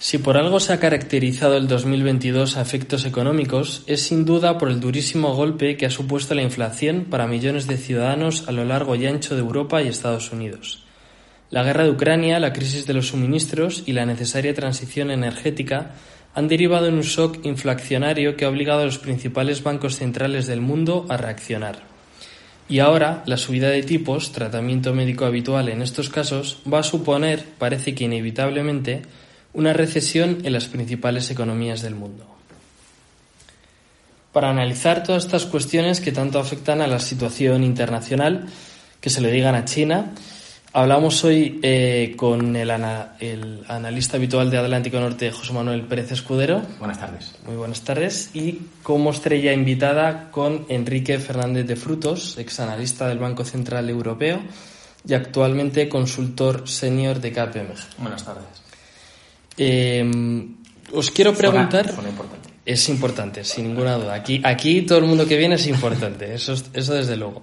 Si por algo se ha caracterizado el 2022 a efectos económicos, es sin duda por el durísimo golpe que ha supuesto la inflación para millones de ciudadanos a lo largo y ancho de Europa y Estados Unidos. La guerra de Ucrania, la crisis de los suministros y la necesaria transición energética han derivado en un shock inflacionario que ha obligado a los principales bancos centrales del mundo a reaccionar. Y ahora, la subida de tipos, tratamiento médico habitual en estos casos, va a suponer, parece que inevitablemente, una recesión en las principales economías del mundo. Para analizar todas estas cuestiones que tanto afectan a la situación internacional, que se le digan a China, hablamos hoy con el analista habitual de Atlántico Norte, José Manuel Pérez Escudero. Buenas tardes. Muy buenas tardes. Y como estrella invitada con Enrique Fernández de Frutos, exanalista del Banco Central Europeo y actualmente consultor senior de KPMG. Buenas tardes. Os quiero preguntar... Suena importante. Es importante, sin ninguna duda. Aquí todo el mundo que viene es importante, eso desde luego.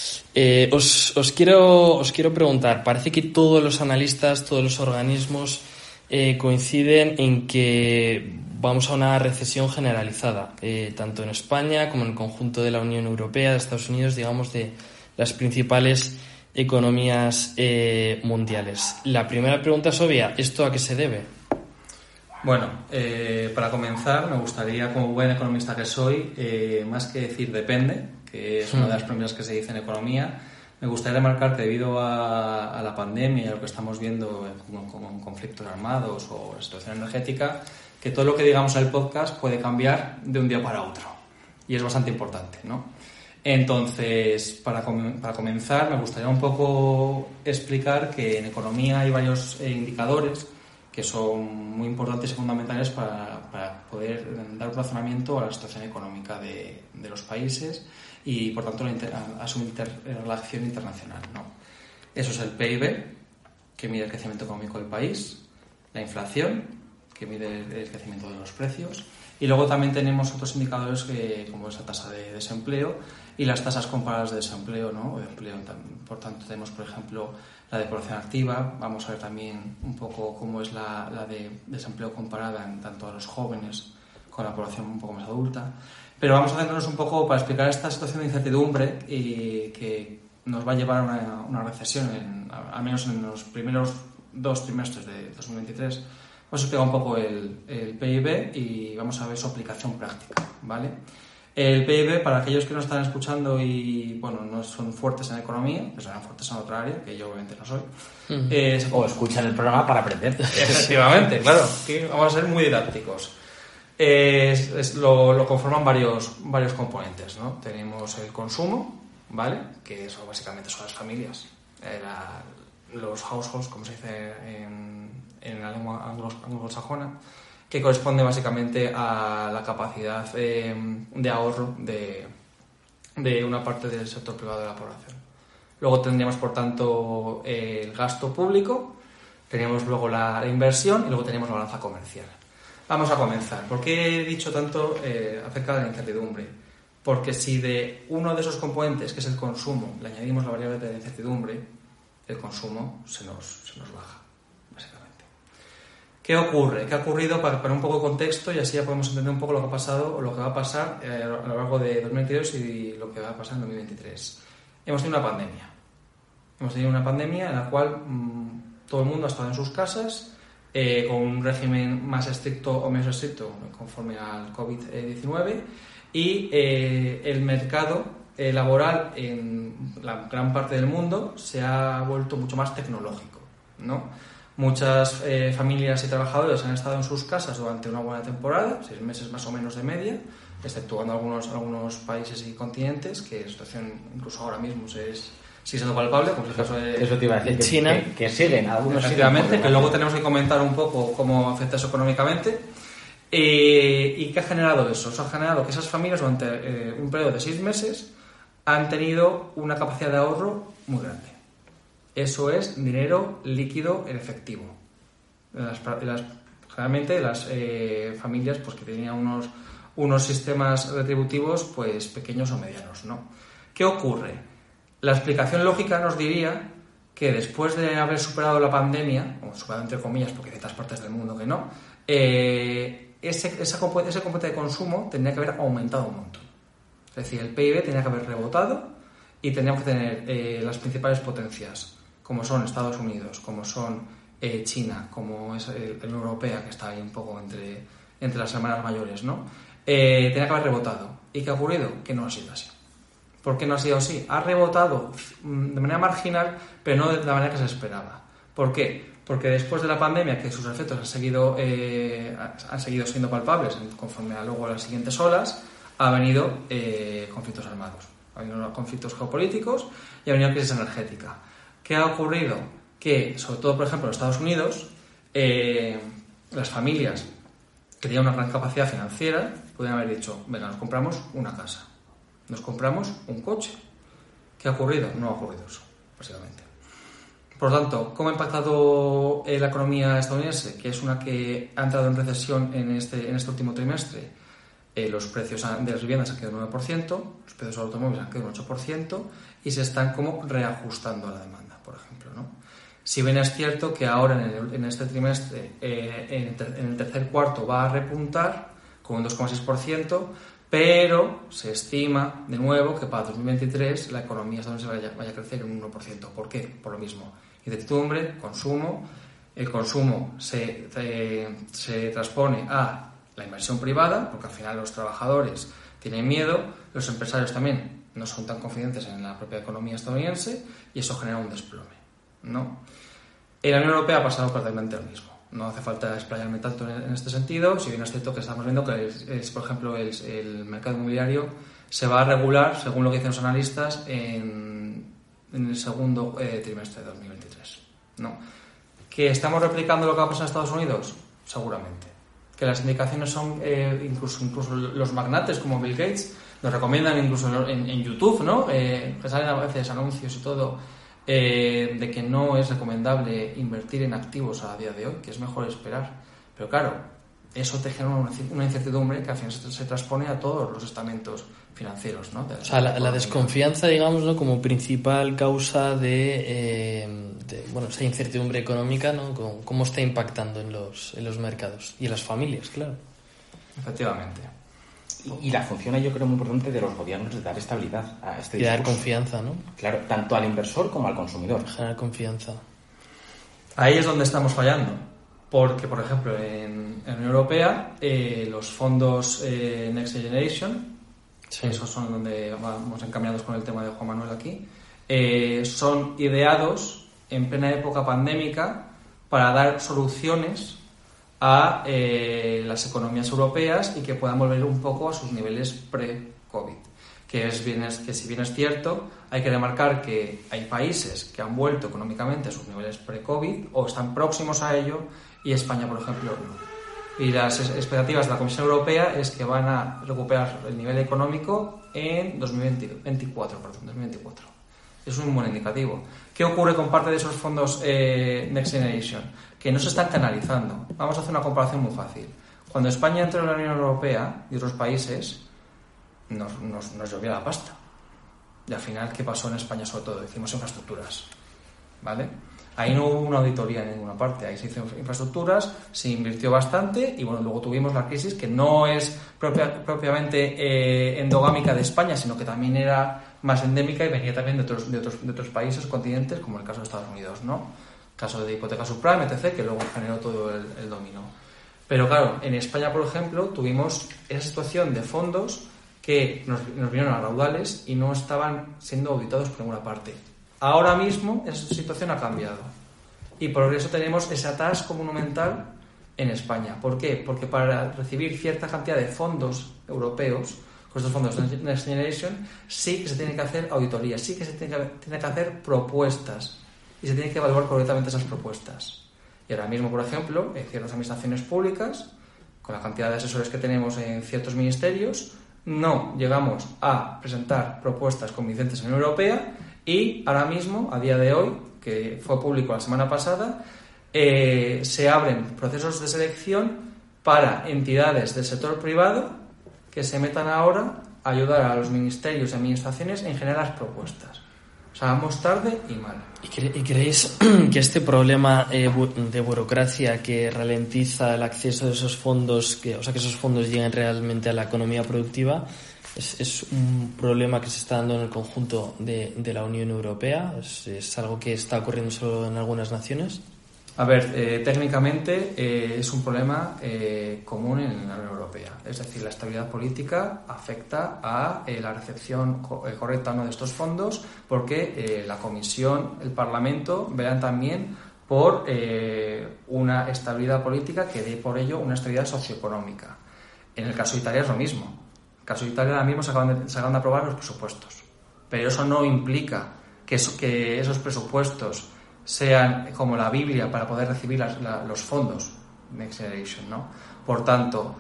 Os quiero preguntar, parece que todos los analistas, todos los organismos coinciden en que vamos a una recesión generalizada, tanto en España como en el conjunto de la Unión Europea, de Estados Unidos, digamos, de las principales economías mundiales. La primera pregunta es obvia, ¿esto a qué se debe? Bueno, para comenzar, me gustaría, como buen economista que soy, más que decir depende, que es una de las primeras que se dice en economía, me gustaría remarcar que debido a la pandemia y a lo que estamos viendo con conflictos armados o la situación energética, que todo lo que digamos en el podcast puede cambiar de un día para otro. Y es bastante importante, ¿no? Entonces, para comenzar, me gustaría un poco explicar que en economía hay varios indicadores que son muy importantes y fundamentales para poder dar un razonamiento a la situación económica de los países y, por tanto, a su relación internacional, ¿no? Eso es el PIB, que mide el crecimiento económico del país, la inflación, que mide el crecimiento de los precios, y luego también tenemos otros indicadores como es la tasa de desempleo y las tasas comparadas de desempleo, ¿no? O de empleo. Por tanto, tenemos, por ejemplo, la de población activa. Vamos a ver también un poco cómo es la de desempleo comparada en tanto a los jóvenes con la población un poco más adulta. Pero vamos a centrarnos un poco para explicar esta situación de incertidumbre y que nos va a llevar a una recesión, al menos en los primeros 2 trimestres de 2023. Vamos a explicar un poco el PIB y vamos a ver su aplicación práctica, ¿vale? El PIB, para aquellos que no están escuchando y bueno, no son fuertes en economía, que serán fuertes en otra área, que yo obviamente no soy. O escuchan el programa para aprender. Efectivamente, claro, que vamos a ser muy didácticos. Lo conforman varios componentes, ¿no? Tenemos el consumo, ¿vale? Que eso básicamente son las familias, los households, como se dice en la lengua anglosajona, que corresponde básicamente a la capacidad de ahorro de una parte del sector privado de la población. Luego tendríamos, por tanto, el gasto público, teníamos luego la inversión y luego tenemos la balanza comercial. Vamos a comenzar. ¿Por qué he dicho tanto acerca de la incertidumbre? Porque si de uno de esos componentes, que es el consumo, le añadimos la variable de la incertidumbre, el consumo se nos baja, básicamente. ¿Qué ocurre? ¿Qué ha ocurrido? Para poner un poco de contexto y así ya podemos entender un poco lo que ha pasado o lo que va a pasar a lo largo de 2022 y lo que va a pasar en 2023. Hemos tenido una pandemia. Hemos tenido una pandemia en la cual todo el mundo ha estado en sus casas con un régimen más estricto o menos estricto conforme al COVID-19 y el mercado laboral en la gran parte del mundo se ha vuelto mucho más tecnológico, ¿no? Muchas familias y trabajadores han estado en sus casas durante una buena temporada, 6 meses más o menos de media, exceptuando algunos países y continentes, que la situación incluso ahora mismo sigue siendo palpable, como es el caso de Eso te iba a decir, China. que siguen, algunos efectivamente, siguen. Que luego tenemos que comentar un poco cómo afecta eso económicamente. ¿Y qué ha generado eso? Eso ha generado que esas familias durante un periodo de 6 meses han tenido una capacidad de ahorro muy grande. Eso es dinero líquido en efectivo. Generalmente las familias pues, que tenían unos sistemas retributivos pues, pequeños o medianos, ¿no? ¿Qué ocurre? La explicación lógica nos diría que después de haber superado la pandemia, o superado entre comillas porque hay ciertas partes del mundo que no, ese componente de consumo tendría que haber aumentado un montón. Es decir, el PIB tenía que haber rebotado y teníamos que tener las principales potencias, como son Estados Unidos, como son China, como es la Unión Europea, que está ahí un poco entre las hermanas mayores, ¿no? Tenía que haber rebotado. ¿Y qué ha ocurrido? Que no ha sido así. ¿Por qué no ha sido así? Ha rebotado de manera marginal, pero no de la manera que se esperaba. ¿Por qué? Porque después de la pandemia, que sus efectos han seguido siendo palpables conforme a luego las siguientes olas, ha venido conflictos armados, ha venido conflictos geopolíticos y ha venido crisis energética. ¿Qué ha ocurrido? Que, sobre todo, por ejemplo, en Estados Unidos, las familias que tenían una gran capacidad financiera podrían haber dicho, venga, nos compramos una casa, nos compramos un coche. ¿Qué ha ocurrido? No ha ocurrido eso, básicamente. Por lo tanto, ¿cómo ha impactado la economía estadounidense? Que es una que ha entrado en recesión en este último trimestre. Los precios de las viviendas han quedado un 9%, los precios de los automóviles han quedado un 8% y se están como reajustando a la demanda, por ejemplo, ¿no? Si bien es cierto que ahora en este trimestre, en el tercer cuarto va a repuntar con un 2,6%, pero se estima de nuevo que para 2023 la economía estadounidense vaya a crecer en un 1%. ¿Por qué? Por lo mismo. Incertidumbre, consumo. El consumo se transpone a la inversión privada, porque al final los trabajadores tienen miedo, los empresarios también no son tan confidentes en la propia economía estadounidense y eso genera un desplome, ¿no? En la Unión Europea ha pasado prácticamente lo mismo. No hace falta explayarme tanto en este sentido, si bien es cierto que estamos viendo que, por ejemplo, el mercado inmobiliario se va a regular, según lo que dicen los analistas, en el segundo trimestre de 2023, ¿no? ¿Que estamos replicando lo que va a pasar en Estados Unidos? Seguramente. Que las indicaciones son, incluso los magnates como Bill Gates nos recomiendan incluso en YouTube, ¿no? Que salen a veces anuncios y todo, de que no es recomendable invertir en activos a día de hoy, que es mejor esperar. Pero claro, eso te genera una incertidumbre que al final se transpone a todos los estamentos financieros, ¿no? O sea, la desconfianza, digamos, ¿no? Como principal causa de esa incertidumbre económica, ¿no? ¿Cómo está impactando en los mercados y en las familias, claro? Efectivamente. Y la función, yo creo, muy importante de los gobiernos de dar estabilidad a este discurso. Y dar confianza, ¿no? Claro, tanto al inversor como al consumidor. Generar confianza. Ahí es donde estamos fallando. Porque, por ejemplo, en la Unión Europea, los fondos Next Generation, sí, esos son donde vamos encaminados con el tema de Juan Manuel aquí, son ideados en plena época pandémica para dar soluciones a las economías europeas y que puedan volver un poco a sus niveles pre-COVID. Que si bien es cierto, hay que remarcar que hay países que han vuelto económicamente a sus niveles pre-COVID o están próximos a ello y España, por ejemplo, no. Y las expectativas de la Comisión Europea es que van a recuperar el nivel económico en 2024. Es un buen indicativo. ¿Qué ocurre con parte de esos fondos Next Generation? Que no se están canalizando. Vamos a hacer una comparación muy fácil. Cuando España entró en la Unión Europea y otros países, nos llovía la pasta. Y al final, ¿qué pasó en España sobre todo? Hicimos infraestructuras, ¿vale? Ahí no hubo una auditoría en ninguna parte. Ahí se hizo infraestructuras, se invirtió bastante y bueno, luego tuvimos la crisis que no es propiamente endogámica de España, sino que también era más endémica y venía también de otros países, continentes, como el caso de Estados Unidos, ¿no? Caso de hipoteca subprime, etc., que luego generó todo el dominó. Pero claro, en España, por ejemplo, tuvimos esa situación de fondos que nos vinieron a raudales y no estaban siendo auditados por ninguna parte. Ahora mismo esa situación ha cambiado y por eso tenemos ese atasco monumental en España. ¿Por qué? Porque para recibir cierta cantidad de fondos europeos, con estos fondos Next Generation, sí que se tiene que hacer auditoría, sí que se tiene que hacer propuestas y se tienen que evaluar correctamente esas propuestas. Y ahora mismo, por ejemplo, en ciertas administraciones públicas, con la cantidad de asesores que tenemos en ciertos ministerios, no llegamos a presentar propuestas convincentes en la Unión Europea y ahora mismo, a día de hoy, que fue público la semana pasada, se abren procesos de selección para entidades del sector privado que se metan ahora a ayudar a los ministerios y administraciones en generar las propuestas. O sea, vamos tarde y mal. ¿Y creéis que este problema de burocracia que ralentiza el acceso de esos fondos, que esos fondos lleguen realmente a la economía productiva, es un problema que se está dando en el conjunto de la Unión Europea? ¿Es algo que está ocurriendo solo en algunas naciones? A ver, técnicamente es un problema común en la Unión Europea. Es decir, la estabilidad política afecta a la recepción correcta o no de estos fondos, porque la Comisión, el Parlamento velan también por una estabilidad política que dé por ello una estabilidad socioeconómica. En el caso de Italia es lo mismo. En el caso de Italia ahora mismo se acaban de aprobar los presupuestos, pero eso no implica que esos presupuestos sean como la Biblia para poder recibir los fondos Next Generation, ¿no? Por tanto,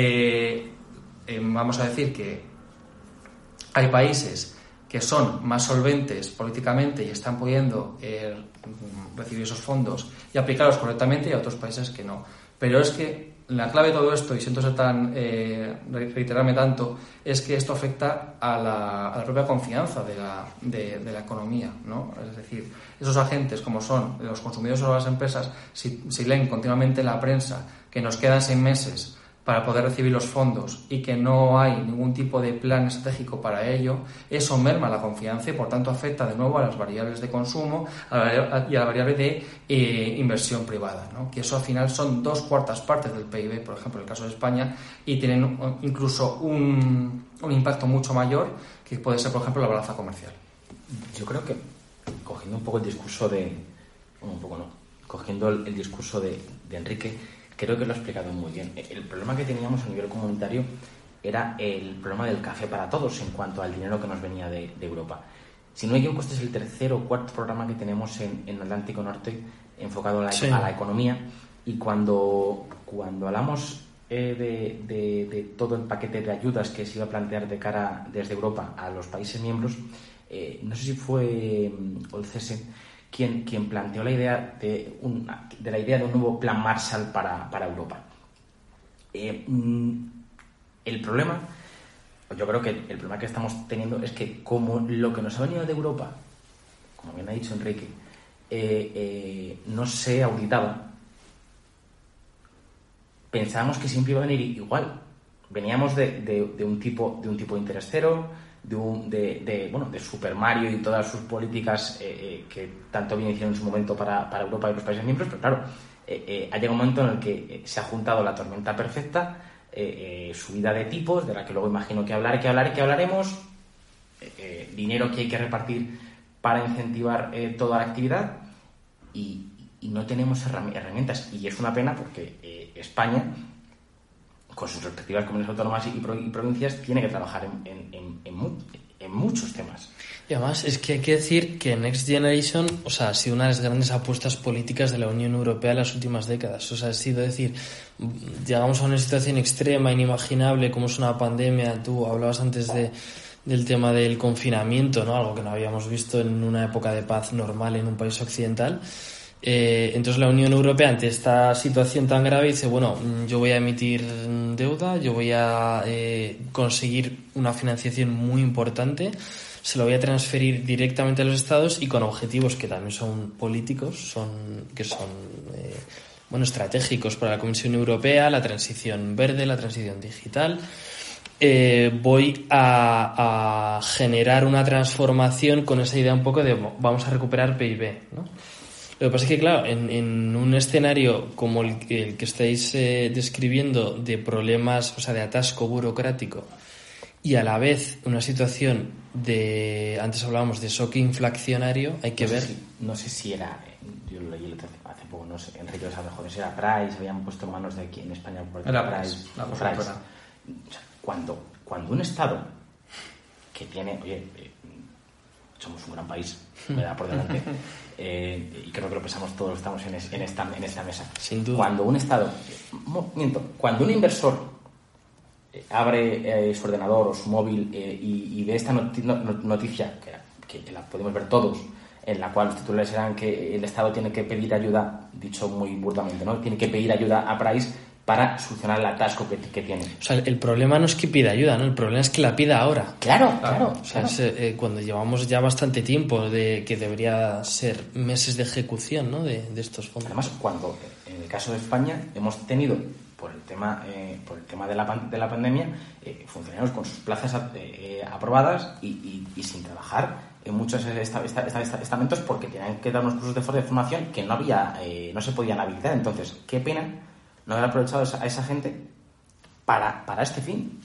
vamos a decir que hay países que son más solventes políticamente y están pudiendo recibir esos fondos y aplicarlos correctamente, y hay otros países que no. Pero es que la clave de todo esto, y siento ser reiterarme tanto, es que esto afecta a la propia confianza de la economía, ¿no? Es decir, esos agentes como son los consumidores o las empresas, si leen continuamente en la prensa que nos quedan 6 meses para poder recibir los fondos y que no hay ningún tipo de plan estratégico para ello, eso merma la confianza y por tanto afecta de nuevo a las variables de consumo y a la variable de inversión privada, ¿no? Que eso al final son 2/4 partes del PIB, por ejemplo, en el caso de España, y tienen incluso un impacto mucho mayor que puede ser, por ejemplo, la balanza comercial. Yo creo que, cogiendo un poco el discurso cogiendo el discurso de Enrique, creo que lo ha explicado muy bien. El problema que teníamos a nivel comunitario era el problema del café para todos en cuanto al dinero que nos venía de Europa. Si no me equivoco, este es el 3er o 4º programa que tenemos en Atlántico Norte enfocado a la economía, y cuando hablamos de todo el paquete de ayudas que se iba a plantear de cara desde Europa a los países miembros, no sé si fue Olcese quien planteó la idea de la idea de un nuevo plan Marshall para Europa. El problema, yo creo que el problema que estamos teniendo es que como lo que nos ha venido de Europa, como bien ha dicho Enrique, no se auditaba, pensábamos que siempre iba a venir igual. Veníamos de un tipo de interés cero, de Super Mario y todas sus políticas que tanto bien hicieron en su momento para Europa y los países miembros, pero claro, ha llegado un momento en el que se ha juntado la tormenta perfecta, subida de tipos, de la que luego imagino que hablaremos, dinero que hay que repartir para incentivar toda la actividad, y no tenemos herramientas, y es una pena porque España, con sus respectivas comunidades autónomas y provincias, tiene que trabajar en muchos temas. Y además es que hay que decir que Next Generation, ha sido una de las grandes apuestas políticas de la Unión Europea en las últimas décadas. Ha sido decir, llegamos a una situación extrema, inimaginable, como es una pandemia. Tú hablabas antes del tema del confinamiento, ¿no? Algo que no habíamos visto en una época de paz normal en un país occidental. Entonces la Unión Europea, ante esta situación tan grave, dice, bueno, yo voy a emitir deuda, yo voy a conseguir una financiación muy importante, se lo voy a transferir directamente a los estados y con objetivos que también son políticos, que son estratégicos para la Comisión Europea, la transición verde, la transición digital. Voy a generar una transformación con esa idea un poco de vamos a recuperar PIB, ¿no? Lo que pasa es que, claro, en un escenario como el que estáis describiendo, de problemas, de atasco burocrático, y a la vez una situación antes hablábamos de shock inflacionario, hay que ver... No sé si era, yo lo leí hace poco, no sé, Enrique lo sabe mejor, si era Price, habían puesto en manos de aquí en España... Era Price, la Price. O sea, cuando un Estado que tiene... somos un gran país, me da por delante, y creo que lo pensamos todos, estamos en esta mesa. Sin duda. Cuando un Estado, cuando un inversor abre su ordenador o su móvil y ve esta noticia, que la podemos ver todos, en la cual los titulares eran que el Estado tiene que pedir ayuda, dicho muy burdamente, ¿no? Tiene que pedir ayuda a Price para solucionar el atasco que tiene. O sea, el problema no es que pida ayuda, ¿no? El problema es que la pida ahora. Claro. O sea, es, cuando llevamos ya bastante tiempo de que debería ser meses de ejecución, ¿no? de estos fondos. Además, cuando en el caso de España hemos tenido, por el tema de la pandemia, funcionarios con sus plazas aprobadas y sin trabajar en muchos estamentos porque tenían que dar unos cursos de formación que no se podían habilitar. Entonces, qué pena no haber aprovechado a esa gente para este fin.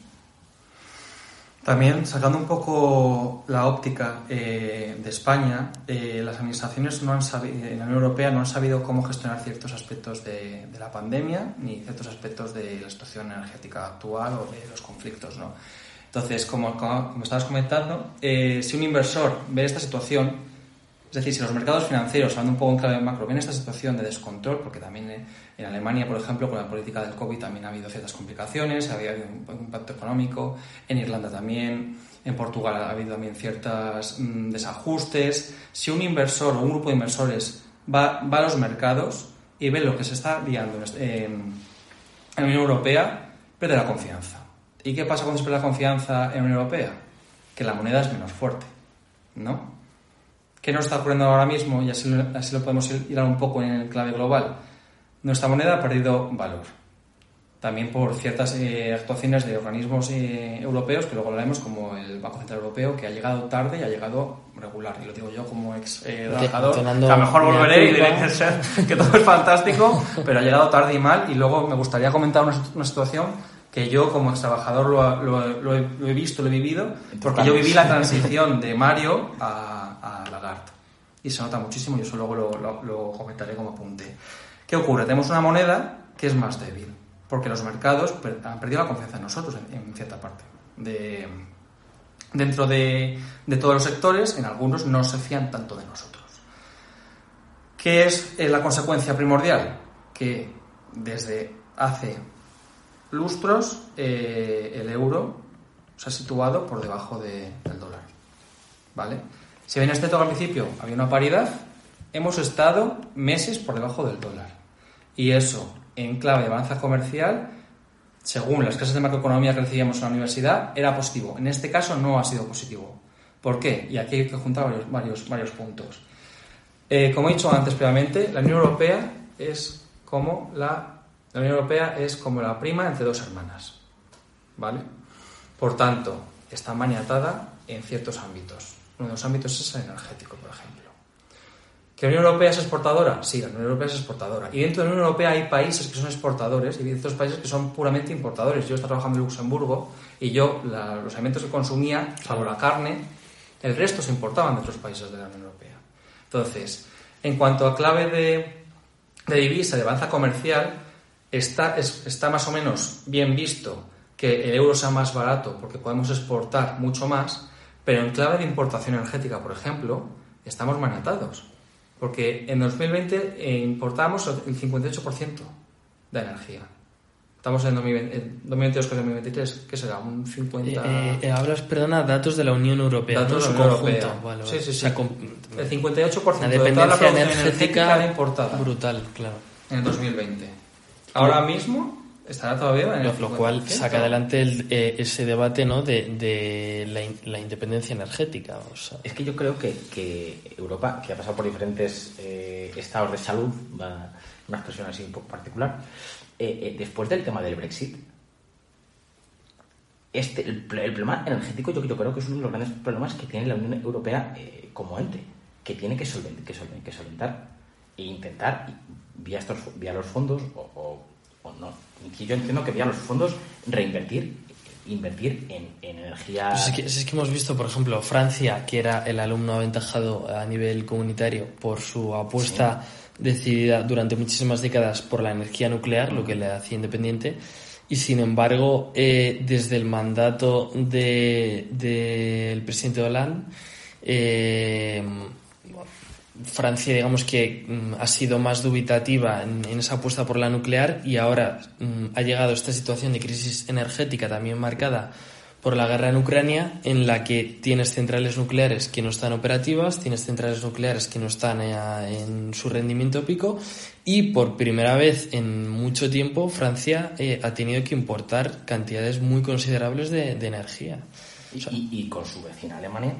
También, sacando un poco la óptica de España, las administraciones en la Unión Europea no han sabido cómo gestionar ciertos aspectos de la pandemia ni ciertos aspectos de la situación energética actual o de los conflictos, ¿no? Entonces, como estabas comentando, si un inversor ve esta situación, es decir, si los mercados financieros, hablando un poco en clave macro, ven esta situación de descontrol, porque también en Alemania, por ejemplo, con la política del COVID también ha habido ciertas complicaciones, ha habido un impacto económico, en Irlanda también, en Portugal ha habido también ciertos desajustes. Si un inversor o un grupo de inversores va a los mercados y ve lo que se está liando en la Unión Europea, pierde la confianza. ¿Y qué pasa cuando se pierde la confianza en la Unión Europea? Que la moneda es menos fuerte, ¿no? ¿Qué nos está ocurriendo ahora mismo? Y así lo podemos hilar un poco en el clave global. Nuestra moneda ha perdido valor. También por ciertas actuaciones de organismos europeos, que luego hablaremos, como el Banco Central Europeo, que ha llegado tarde y ha llegado regular. Y lo digo yo como ex trabajador, que a lo mejor volveré y diré que todo es fantástico, pero ha llegado tarde y mal. Y luego me gustaría comentar una situación que yo como ex trabajador lo he visto, lo he vivido, porque yo viví la transición de Mario a Lagarde. Y se nota muchísimo, y eso luego lo comentaré como apunte. ¿Qué ocurre? Tenemos una moneda que es más débil, porque los mercados han perdido la confianza en nosotros en cierta parte. Dentro de todos los sectores, en algunos no se fían tanto de nosotros. ¿Qué es la consecuencia primordial? Que desde hace lustros el euro se ha situado por debajo del dólar, ¿vale? Si bien es cierto que al principio había una paridad, hemos estado meses por debajo del dólar. Y eso, en clave de balanza comercial, según las clases de macroeconomía que recibíamos en la universidad, era positivo. En este caso no ha sido positivo. ¿Por qué? Y aquí hay que juntar varios puntos. Como he dicho antes previamente, la Unión Europea es como la prima entre dos hermanas, ¿vale? Por tanto, está maniatada en ciertos ámbitos. Uno de los ámbitos es el energético, por ejemplo. ¿Que la Unión Europea es exportadora? Sí, la Unión Europea es exportadora. Y dentro de la Unión Europea hay países que son exportadores y otros países que son puramente importadores. Yo estaba trabajando en Luxemburgo y los alimentos que consumía, salvo la carne, el resto se importaban de otros países de la Unión Europea. Entonces, en cuanto a clave de divisa, de balanza comercial, está más o menos bien visto que el euro sea más barato porque podemos exportar mucho más, pero en clave de importación energética, por ejemplo, estamos maniatados. Porque en 2020 importamos el 58% de energía. Estamos en 2022 con 2023, ¿qué será? Un 50%. Hablas, perdona, datos de la Unión Europea. Datos de la Unión Europea. Vale. Sí. O sea, el 58% de toda la producción energética era importada. Brutal, claro. En el 2020. Ahora mismo estará todavía en el 50%. Lo cual saca adelante ese debate, ¿no? de la independencia energética. O sea. Es que yo creo que Europa, que ha pasado por diferentes estados de salud, una expresión así un poco particular, después del tema del Brexit, el problema energético yo creo que es uno de los grandes problemas que tiene la Unión Europea como ente, que tiene que solventar e intentar vía los fondos o no. Y yo entiendo que vía los fondos invertir en energía. Pues es que hemos visto, por ejemplo, Francia, que era el alumno aventajado a nivel comunitario por su apuesta decidida durante muchísimas décadas por la energía nuclear, lo que le hacía independiente, y sin embargo, desde el mandato del presidente Hollande, Francia, digamos que ha sido más dubitativa en esa apuesta por la nuclear, y ahora ha llegado esta situación de crisis energética también marcada por la guerra en Ucrania, en la que tienes centrales nucleares que no están operativas, tienes centrales nucleares que no están en su rendimiento pico, y por primera vez en mucho tiempo Francia ha tenido que importar cantidades muy considerables de energía. Y con su vecina Alemania,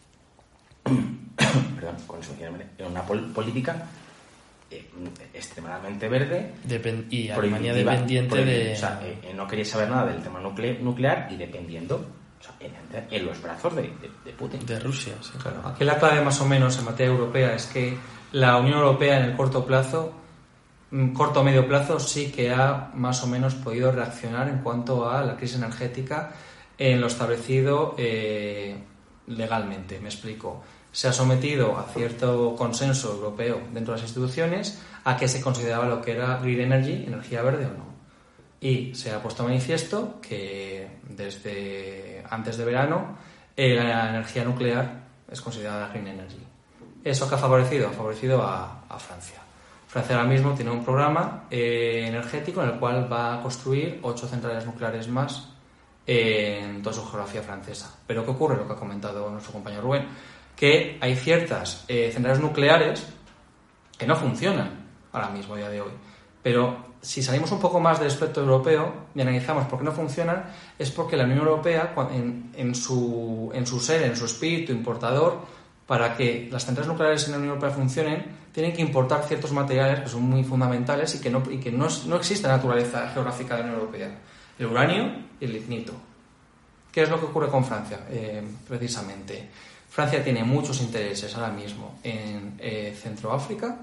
en una política extremadamente verde y Alemania dependiente de... O sea, no quería saber nada del tema nuclear y dependiendo, o sea, en los brazos de Putin. De Rusia, sí. Claro. Aquí la clave más o menos en materia europea es que la Unión Europea en el corto o medio plazo sí que ha más o menos podido reaccionar en cuanto a la crisis energética en lo establecido legalmente. Me explico. Se ha sometido a cierto consenso europeo dentro de las instituciones a que se consideraba lo que era green energy, energía verde o no. Y se ha puesto a manifiesto que desde antes de verano la energía nuclear es considerada green energy. ¿Eso qué ha favorecido? Ha favorecido a Francia. Francia ahora mismo tiene un programa energético en el cual va a construir 8 centrales nucleares más en toda su geografía francesa. Pero ¿qué ocurre? Lo que ha comentado nuestro compañero Rubén, que hay ciertas centrales nucleares que no funcionan ahora mismo, a día de hoy. Pero si salimos un poco más del espectro europeo y analizamos por qué no funcionan, es porque la Unión Europea, en su ser, en su espíritu importador, para que las centrales nucleares en la Unión Europea funcionen, tienen que importar ciertos materiales que son muy fundamentales y que no existe en la naturaleza geográfica de la Unión Europea. El uranio y el lignito. ¿Qué es lo que ocurre con Francia? Precisamente, Francia tiene muchos intereses ahora mismo en Centroáfrica.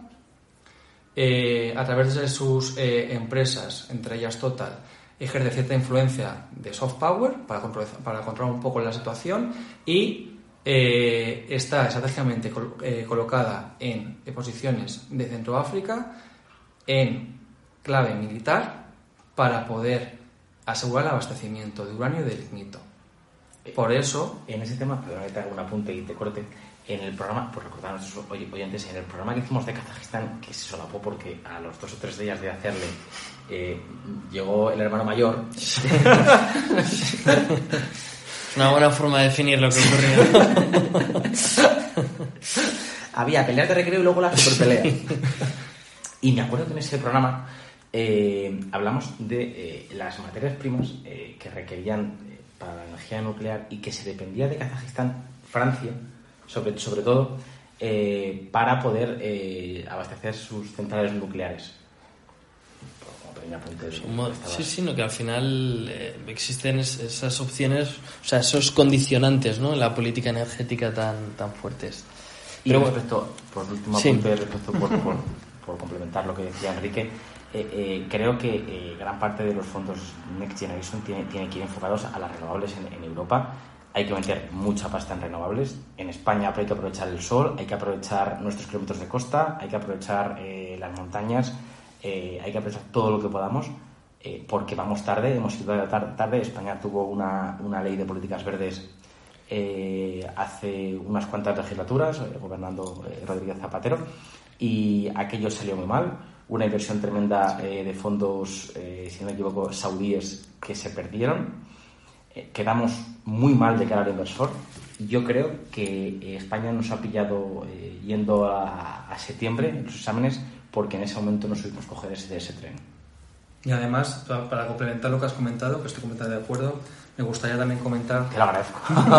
A través de sus empresas, entre ellas Total, ejerce cierta influencia de soft power para controlar un poco la situación y está estratégicamente colocada en posiciones de Centroáfrica en clave militar para poder asegurar el abastecimiento de uranio y de lignito. Por eso, en ese tema, perdón que te hago un apunte y te corte, en el programa, por recordar a nuestros oyentes, en el programa que hicimos de Kazajistán, que se solapó porque a los 2 o 3 días de hacerle llegó el hermano mayor. Una buena forma de definir lo que ocurrió. Había peleas de recreo y luego la superpelea. Y me acuerdo que en ese programa hablamos de las materias primas que requerían para la energía nuclear y que se dependía de Kazajistán, Francia, sobre todo, para poder abastecer sus centrales nucleares. Como pequeño apunte sí, sino que al final existen esas opciones, o sea, esos condicionantes, ¿no?, en la política energética tan fuertes. Pero respecto, por último apunte, respecto por complementar lo que decía Enrique, creo que gran parte de los fondos Next Generation tiene que ir enfocados a las renovables en Europa. Hay que meter mucha pasta en renovables. En España hay que aprovechar el sol, hay que aprovechar nuestros kilómetros de costa, hay que aprovechar las montañas, hay que aprovechar todo lo que podamos, porque vamos tarde, hemos ido tarde. España tuvo una ley de políticas verdes hace unas cuantas legislaturas, gobernando Rodríguez Zapatero, y aquello salió muy mal. Una inversión tremenda de fondos, si no me equivoco, saudíes que se perdieron. Quedamos muy mal de cara al inversor. Yo creo que España nos ha pillado yendo a septiembre en los exámenes porque en ese momento no supimos coger ese tren. Y además, para complementar lo que has comentado, que estoy completamente de acuerdo, me gustaría también comentar... Te lo agradezco.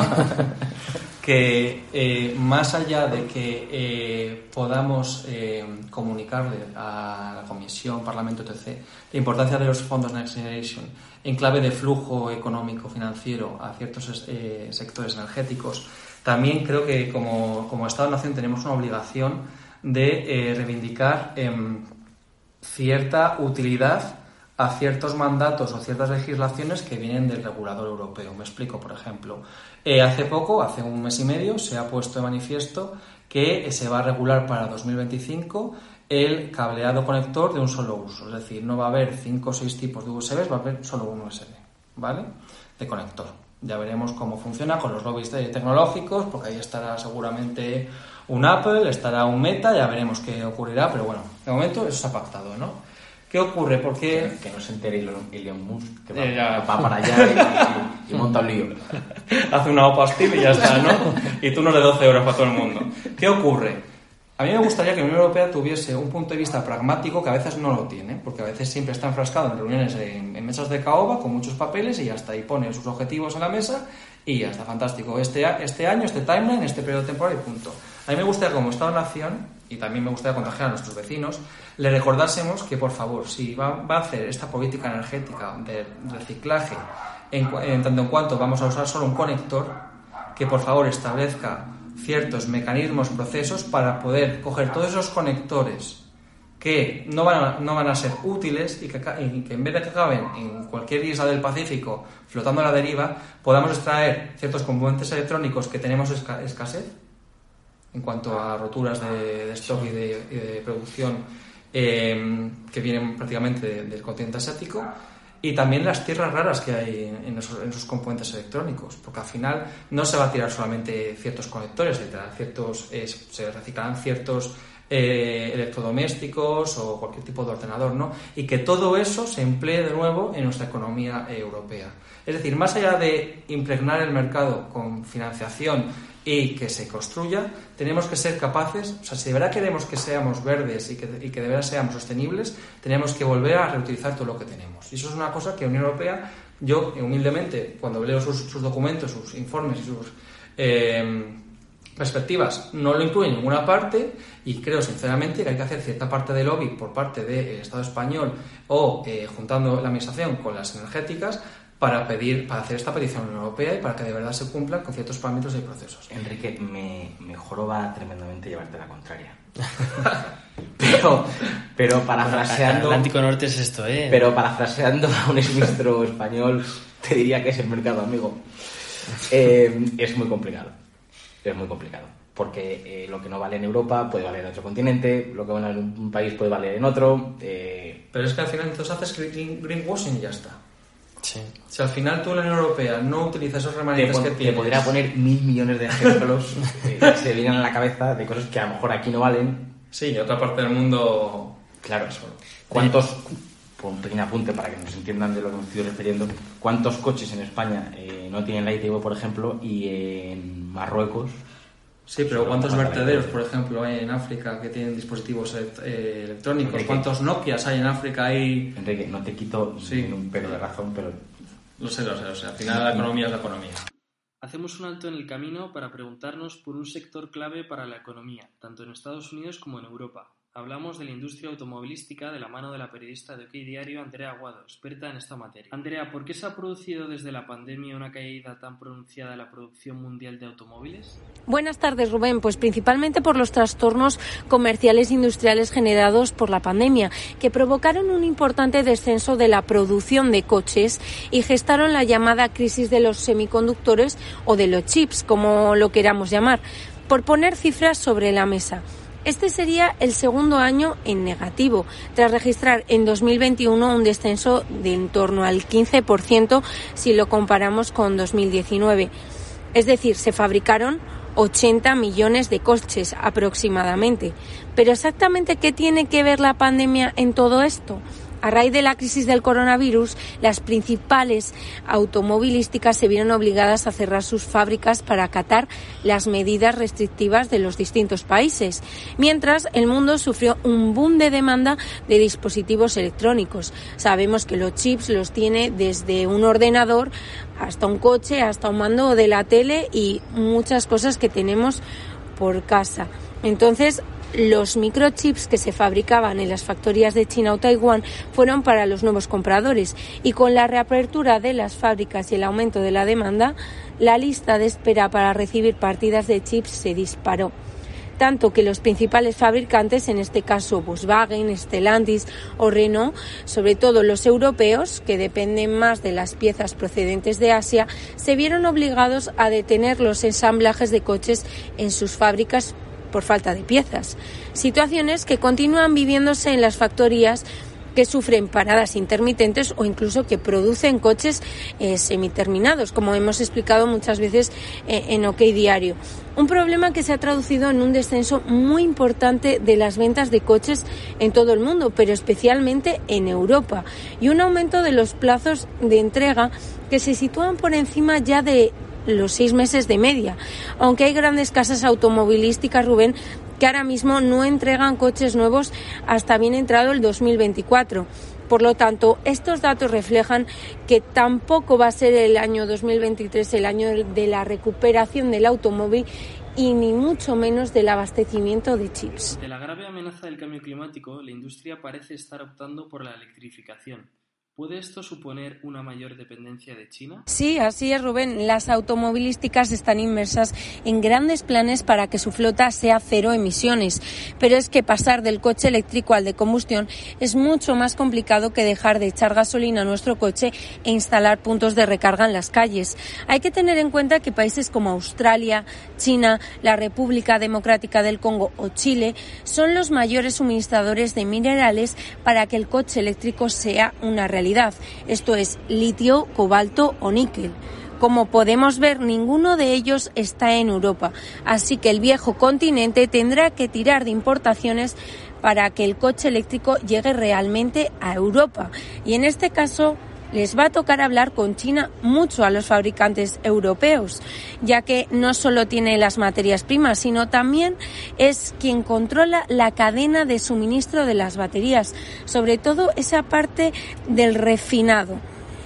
que más allá de que podamos comunicarle a la Comisión, Parlamento, etc., la importancia de los fondos Next Generation en clave de flujo económico financiero a ciertos sectores energéticos, también creo que como Estado-Nación tenemos una obligación de reivindicar cierta utilidad a ciertos mandatos o ciertas legislaciones que vienen del regulador europeo. Me explico, por ejemplo. Hace un mes y medio, se ha puesto de manifiesto que se va a regular para 2025 el cableado conector de un solo uso. Es decir, no va a haber 5 o 6 tipos de USBs, va a haber solo un USB, ¿vale?, de conector. Ya veremos cómo funciona con los lobbies tecnológicos, porque ahí estará seguramente un Apple, estará un Meta, ya veremos qué ocurrirá, pero bueno, de momento eso se ha pactado, ¿no? ¿Qué ocurre? Porque que no se entere Elon Musk, que va para allá y monta un lío. Hace una OPA hostil y ya está, ¿no? Y tú no de 12 euros para todo el mundo. ¿Qué ocurre? A mí me gustaría que la Unión Europea tuviese un punto de vista pragmático que a veces no lo tiene, porque a veces siempre está enfrascado en reuniones en mesas de caoba con muchos papeles y ya está, y pone sus objetivos en la mesa y ya está, fantástico. Este año, este timeline, este periodo temporal y punto. A mí me gustaría, como Estado-nación, y también me gustaría contagiar a nuestros vecinos, le recordásemos que, por favor, si va a hacer esta política energética de reciclaje, en tanto en cuanto vamos a usar solo un conector, que por favor establezca ciertos mecanismos, procesos para poder coger todos esos conectores que no van a ser útiles y que en vez de que acaben en cualquier isla del Pacífico flotando a la deriva, podamos extraer ciertos componentes electrónicos que tenemos escasez en cuanto a roturas de stock y de producción que vienen prácticamente del continente asiático, y también las tierras raras que hay en esos componentes electrónicos, porque al final no se va a tirar solamente ciertos conectores, se reciclarán ciertos electrodomésticos o cualquier tipo de ordenador, ¿no? Y que todo eso se emplee de nuevo en nuestra economía europea. Es decir, más allá de impregnar el mercado con financiación y que se construya, tenemos que ser capaces, o sea, si de verdad queremos que seamos verdes y que de verdad seamos sostenibles, tenemos que volver a reutilizar todo lo que tenemos. Y eso es una cosa que la Unión Europea, yo humildemente, cuando leo sus documentos, sus informes y sus perspectivas, no lo incluye en ninguna parte, y creo sinceramente que hay que hacer cierta parte de lobby por parte del Estado español o juntando la administración con las energéticas para hacer esta petición a la Unión Europea y para que de verdad se cumplan con ciertos parámetros y procesos. Enrique, me joroba tremendamente llevarte la contraria. pero parafraseando... El Atlántico Norte es esto, ¿eh? Pero parafraseando a un exministro español, te diría que es el mercado, amigo. Es muy complicado. Es muy complicado. Porque lo que no vale en Europa puede valer en otro continente, lo que vale en un país puede valer en otro. Pero es que al final entonces haces greenwashing y ya está. Sí. Si al final tú en la Unión Europea no utilizas esos remanentes que tienes... Te podría poner 1.000 millones de ejemplos que se vienen a la cabeza de cosas que a lo mejor aquí no valen. Sí, y otra parte del mundo... Claro, eso. ¿Cuántos... Un pequeño apunte para que nos entiendan de lo que me estoy refiriendo. ¿Cuántos coches en España no tienen la ITV, por ejemplo, y en Marruecos? Sí, pero ¿cuántos vertederos, por ejemplo, hay en África que tienen dispositivos electrónicos? Enrique, ¿Cuántos Nokias hay en África? Enrique, no te quito un pelo de razón, pero... Lo sé. Al final la economía es la economía. Hacemos un alto en el camino para preguntarnos por un sector clave para la economía, tanto en Estados Unidos como en Europa. Hablamos de la industria automovilística de la mano de la periodista de OK Diario, Andrea Aguado, experta en esta materia. Andrea, ¿por qué se ha producido desde la pandemia una caída tan pronunciada de la producción mundial de automóviles? Buenas tardes, Rubén. Pues principalmente por los trastornos comerciales e industriales generados por la pandemia, que provocaron un importante descenso de la producción de coches y gestaron la llamada crisis de los semiconductores o de los chips, como lo queramos llamar, por poner cifras sobre la mesa. Este sería el segundo año en negativo, tras registrar en 2021 un descenso de en torno al 15% si lo comparamos con 2019. Es decir, se fabricaron 80 millones de coches aproximadamente. Pero ¿exactamente qué tiene que ver la pandemia en todo esto? A raíz de la crisis del coronavirus, las principales automovilísticas se vieron obligadas a cerrar sus fábricas para acatar las medidas restrictivas de los distintos países, mientras el mundo sufrió un boom de demanda de dispositivos electrónicos. Sabemos que los chips los tiene desde un ordenador hasta un coche, hasta un mando de la tele y muchas cosas que tenemos por casa. Entonces, los microchips que se fabricaban en las factorías de China o Taiwán fueron para los nuevos compradores, y con la reapertura de las fábricas y el aumento de la demanda, la lista de espera para recibir partidas de chips se disparó. Tanto que los principales fabricantes, en este caso Volkswagen, Stellantis o Renault, sobre todo los europeos, que dependen más de las piezas procedentes de Asia, se vieron obligados a detener los ensamblajes de coches en sus fábricas por falta de piezas. Situaciones que continúan viviéndose en las factorías que sufren paradas intermitentes o incluso que producen coches semiterminados, como hemos explicado muchas veces en OK Diario. Un problema que se ha traducido en un descenso muy importante de las ventas de coches en todo el mundo, pero especialmente en Europa, y un aumento de los plazos de entrega que se sitúan por encima ya de los 6 meses de media, aunque hay grandes casas automovilísticas, Rubén, que ahora mismo no entregan coches nuevos hasta bien entrado el 2024. Por lo tanto, estos datos reflejan que tampoco va a ser el año 2023 el año de la recuperación del automóvil y ni mucho menos del abastecimiento de chips. Ante la grave amenaza del cambio climático, la industria parece estar optando por la electrificación. ¿Puede esto suponer una mayor dependencia de China? Sí, así es, Rubén. Las automovilísticas están inmersas en grandes planes para que su flota sea cero emisiones. Pero es que pasar del coche eléctrico al de combustión es mucho más complicado que dejar de echar gasolina a nuestro coche e instalar puntos de recarga en las calles. Hay que tener en cuenta que países como Australia, China, la República Democrática del Congo o Chile son los mayores suministradores de minerales para que el coche eléctrico sea una realidad. Esto es litio, cobalto o níquel. Como podemos ver, ninguno de ellos está en Europa, así que el viejo continente tendrá que tirar de importaciones para que el coche eléctrico llegue realmente a Europa. Y en este caso les va a tocar hablar con China mucho a los fabricantes europeos, ya que no solo tiene las materias primas, sino también es quien controla la cadena de suministro de las baterías, sobre todo esa parte del refinado,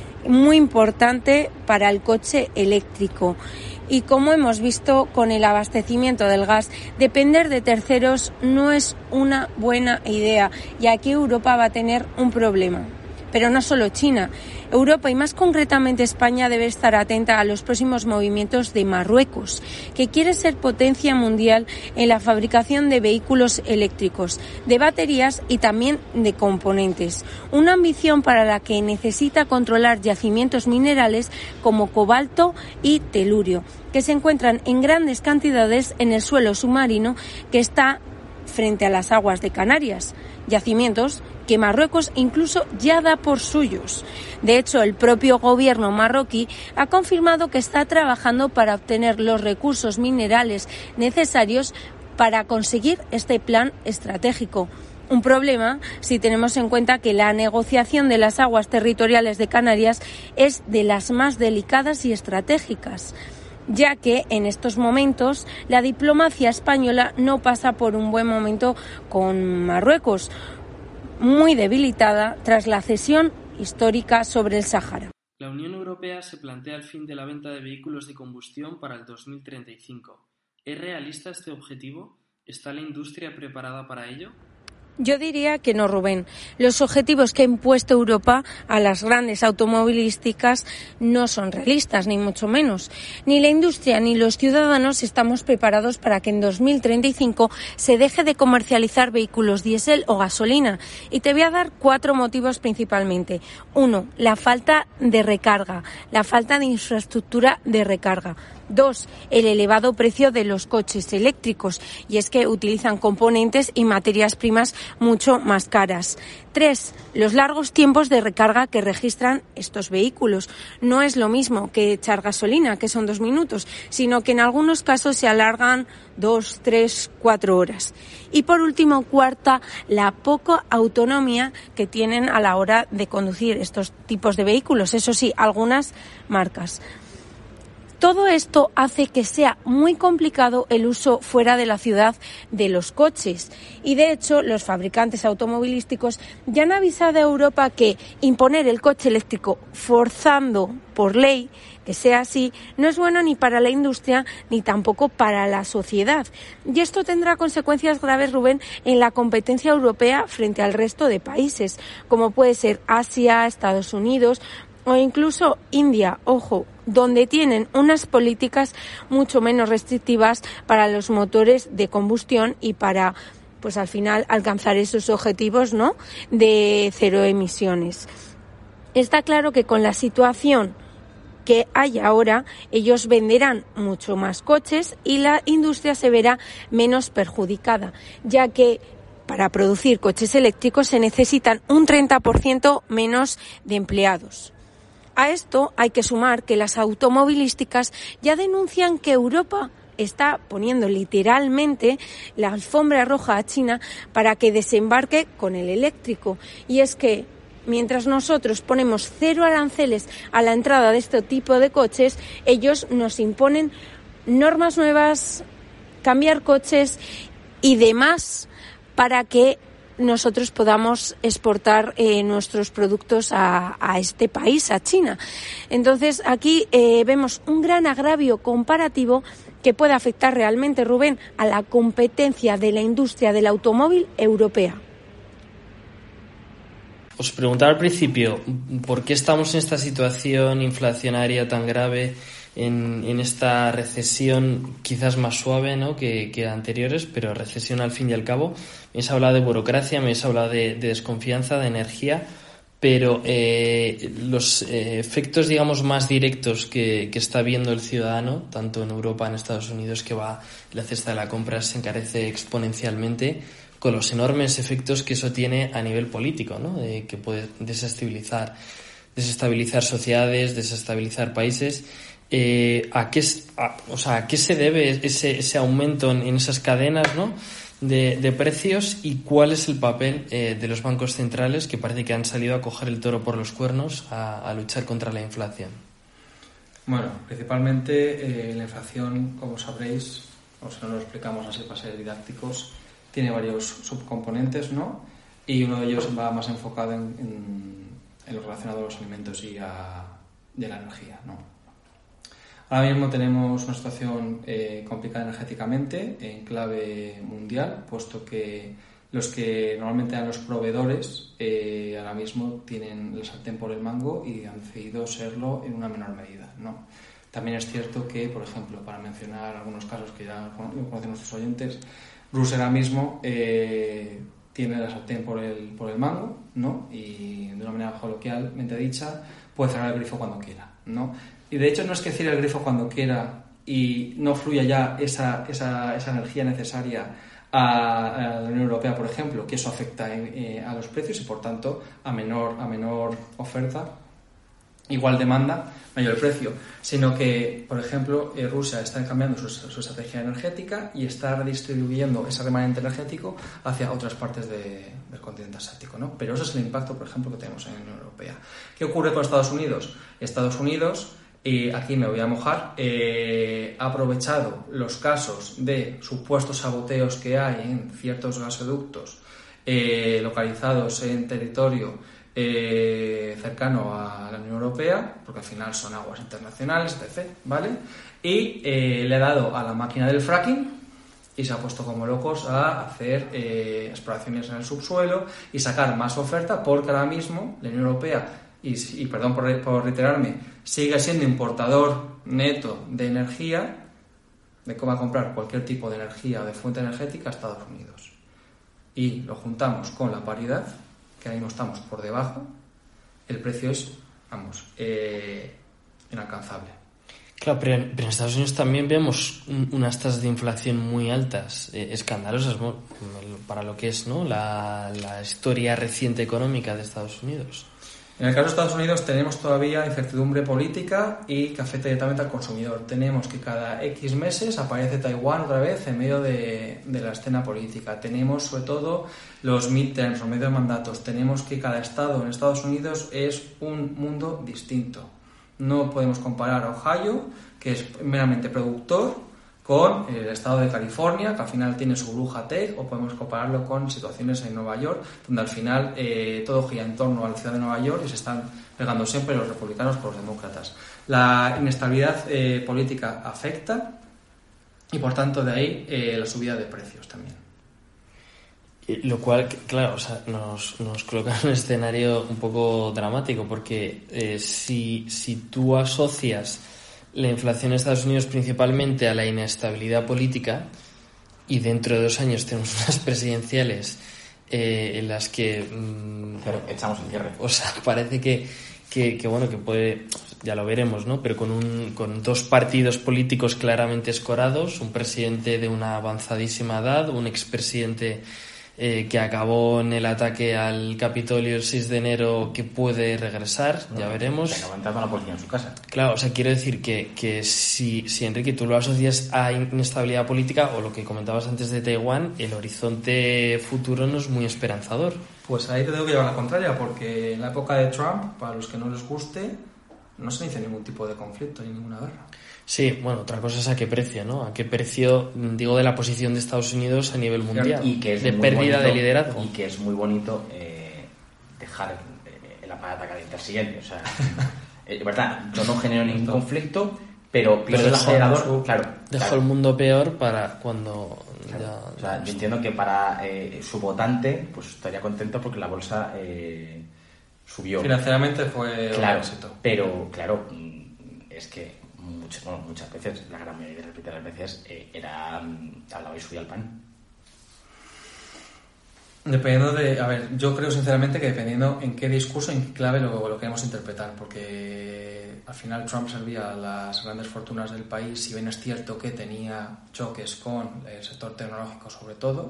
muy importante para el coche eléctrico. Y como hemos visto con el abastecimiento del gas, depender de terceros no es una buena idea, y aquí Europa va a tener un problema. Pero no solo China. Europa y más concretamente España debe estar atenta a los próximos movimientos de Marruecos, que quiere ser potencia mundial en la fabricación de vehículos eléctricos, de baterías y también de componentes. Una ambición para la que necesita controlar yacimientos minerales como cobalto y telurio, que se encuentran en grandes cantidades en el suelo submarino que está frente a las aguas de Canarias. Yacimientos que Marruecos incluso ya da por suyos. De hecho, el propio gobierno marroquí ha confirmado que está trabajando para obtener los recursos minerales necesarios para conseguir este plan estratégico. Un problema si tenemos en cuenta que la negociación de las aguas territoriales de Canarias es de las más delicadas y estratégicas, ya que en estos momentos la diplomacia española no pasa por un buen momento con Marruecos, muy debilitada tras la cesión histórica sobre el Sáhara. La Unión Europea se plantea el fin de la venta de vehículos de combustión para el 2035. ¿Es realista este objetivo? ¿Está la industria preparada para ello? Yo diría que no, Rubén. Los objetivos que ha impuesto Europa a las grandes automovilísticas no son realistas, ni mucho menos. Ni la industria ni los ciudadanos estamos preparados para que en 2035 se deje de comercializar vehículos diésel o gasolina. Y te voy a dar 4 motivos principalmente. 1. La falta de recarga, la falta de infraestructura de recarga. 2. El elevado precio de los coches eléctricos, y es que utilizan componentes y materias primas mucho más caras. 3. Los largos tiempos de recarga que registran estos vehículos. No es lo mismo que echar gasolina, que son 2 minutos, sino que en algunos casos se alargan 2, 3, 4 horas. Y por último, 4, la poca autonomía que tienen a la hora de conducir estos tipos de vehículos. Eso sí, algunas marcas. Todo esto hace que sea muy complicado el uso fuera de la ciudad de los coches. Y de hecho, los fabricantes automovilísticos ya han avisado a Europa que imponer el coche eléctrico forzando por ley que sea así no es bueno ni para la industria ni tampoco para la sociedad. Y esto tendrá consecuencias graves, Rubén, en la competencia europea frente al resto de países, como puede ser Asia, Estados Unidos o incluso India, ojo, donde tienen unas políticas mucho menos restrictivas para los motores de combustión y para, pues al final, alcanzar esos objetivos, ¿no?, de cero emisiones. Está claro que con la situación que hay ahora, ellos venderán mucho más coches y la industria se verá menos perjudicada, ya que para producir coches eléctricos se necesitan un 30% menos de empleados. A esto hay que sumar que las automovilísticas ya denuncian que Europa está poniendo literalmente la alfombra roja a China para que desembarque con el eléctrico. Y es que mientras nosotros ponemos 0 aranceles a la entrada de este tipo de coches, ellos nos imponen normas nuevas, cambiar coches y demás para que nosotros podamos exportar nuestros productos a este país, a China. Entonces, aquí vemos un gran agravio comparativo que puede afectar realmente, Rubén, a la competencia de la industria del automóvil europea. Os preguntaba al principio, ¿por qué estamos en esta situación inflacionaria tan grave, en esta recesión quizás más suave, ¿no?, que anteriores, pero recesión al fin y al cabo? Me has hablado de burocracia, me has hablado de desconfianza, de energía, pero los efectos, digamos, más directos que está viendo el ciudadano, tanto en Europa, en Estados Unidos, que va la cesta de la compra se encarece exponencialmente, con los enormes efectos que eso tiene a nivel político, ¿no?, que puede desestabilizar sociedades, desestabilizar países. ¿A qué se debe ese aumento en esas cadenas, ¿no?, de precios, y cuál es el papel de los bancos centrales, que parece que han salido a coger el toro por los cuernos a luchar contra la inflación? Bueno, principalmente la inflación, como sabréis, o si no lo explicamos así para ser didácticos, tiene varios subcomponentes, ¿no? Y uno de ellos va más enfocado en lo relacionado a los alimentos y a la energía, ¿no? Ahora mismo tenemos una situación complicada energéticamente en clave mundial, puesto que los que normalmente eran los proveedores ahora mismo tienen la sartén por el mango y han decidido serlo en una menor medida, ¿no? También es cierto que, por ejemplo, para mencionar algunos casos que ya conocen nuestros oyentes, Rusia ahora mismo tiene la sartén por el mango, ¿no? Y de una manera coloquialmente dicha, puede cerrar el grifo cuando quiera, ¿no? Y de hecho no es que cierre el grifo cuando quiera y no fluya ya esa energía necesaria a la Unión Europea, por ejemplo, que eso afecta a los precios y por tanto a menor oferta, igual demanda, mayor precio, sino que, por ejemplo, Rusia está cambiando su estrategia energética y está redistribuyendo ese remanente energético hacia otras partes del continente asiático, ¿no? Pero ese es el impacto, por ejemplo, que tenemos en la Unión Europea. ¿Qué ocurre con Estados Unidos? Estados Unidos, y aquí me voy a mojar, ha aprovechado los casos de supuestos saboteos que hay en ciertos gasoductos localizados en territorio cercano a la Unión Europea, porque al final son aguas internacionales, etc., ¿vale? Y le ha dado a la máquina del fracking y se ha puesto como locos a hacer exploraciones en el subsuelo y sacar más oferta, porque ahora mismo la Unión Europea, y perdón por reiterarme, sigue siendo importador neto de energía, de cómo va a comprar cualquier tipo de energía o de fuente energética a Estados Unidos. Y lo juntamos con la paridad, que ahora mismo estamos por debajo, el precio es, inalcanzable. Claro, pero en Estados Unidos también vemos unas tasas de inflación muy altas, escandalosas, para lo que es, ¿no?, la historia reciente económica de Estados Unidos. En el caso de Estados Unidos tenemos todavía incertidumbre política y que afecta directamente al consumidor. Tenemos que cada X meses aparece Taiwán otra vez en medio de la escena política. Tenemos sobre todo los midterms, los medios de mandatos. Tenemos que cada estado en Estados Unidos es un mundo distinto. No podemos comparar a Ohio, que es meramente productor, con el estado de California, que al final tiene su burbuja tech, o podemos compararlo con situaciones en Nueva York, donde al final todo gira en torno a la ciudad de Nueva York y se están pegando siempre los republicanos por los demócratas. La inestabilidad política afecta y, por tanto, de ahí la subida de precios también. Lo cual, claro, o sea, nos coloca en un escenario un poco dramático, porque si tú asocias la inflación en Estados Unidos principalmente a la inestabilidad política, y dentro de 2 años tenemos unas presidenciales en las que pero echamos el cierre. O sea, parece que bueno, que puede, ya lo veremos, ¿no? Pero con 2 partidos políticos claramente escorados, un presidente de una avanzadísima edad, un expresidente que acabó en el ataque al Capitolio el 6 de enero, que puede regresar, ya veremos. Se acaba entrando la policía en su casa. Claro, o sea, quiero decir que si Enrique, tú lo asocias a inestabilidad política o lo que comentabas antes de Taiwán, el horizonte futuro no es muy esperanzador. Pues ahí te tengo que llevar la contraria, porque en la época de Trump, para los que no les guste, no se inicia ningún tipo de conflicto ni ninguna guerra. Sí, bueno, otra cosa es a qué precio, ¿no? A qué precio, digo, de la posición de Estados Unidos a nivel mundial, y que es de muy pérdida bonito, de liderazgo. Y que es muy bonito dejar la patata caliente al siguiente. O sea, verdad, yo no genero ningún conflicto, pero el acelerador, claro. Dejó el mundo peor para cuando... Claro. Ya, o sea, yo entiendo que para su votante pues estaría contento porque la bolsa subió. Financieramente fue claro, un éxito. Pero, claro, es que muchas veces, la gran mayoría de las veces, hablaba y subía el pan. Dependiendo de... A ver, yo creo sinceramente que dependiendo en qué discurso, en qué clave lo queremos interpretar, porque al final Trump servía a las grandes fortunas del país, si bien es cierto que tenía choques con el sector tecnológico sobre todo,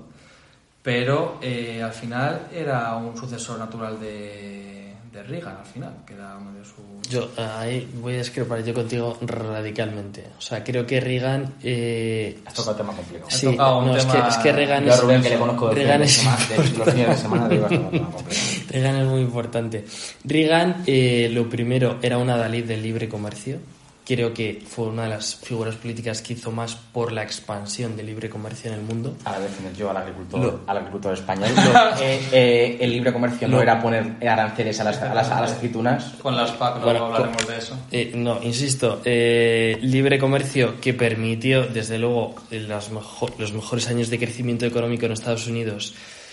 pero al final era un sucesor natural de Reagan, al final, que era uno de sus... Yo ahí voy a discrepar yo contigo radicalmente. O sea, creo que Reagan... Has tocado un tema complicado. Sí, es que Reagan yo a Rubén, que le conozco de Reagan los fines de semana, digo, es un tema complicado. Reagan es muy importante. Reagan, lo primero, era un adalid del libre comercio. Creo que fue una de las figuras políticas que hizo más por la expansión del libre comercio en el mundo. Ahora defender yo al agricultor español. El libre comercio no era poner aranceles a las aceitunas. Con las PAC, luego hablaremos de eso. No, insisto, libre comercio que permitió, desde luego, los mejores años de crecimiento económico en Estados Unidos.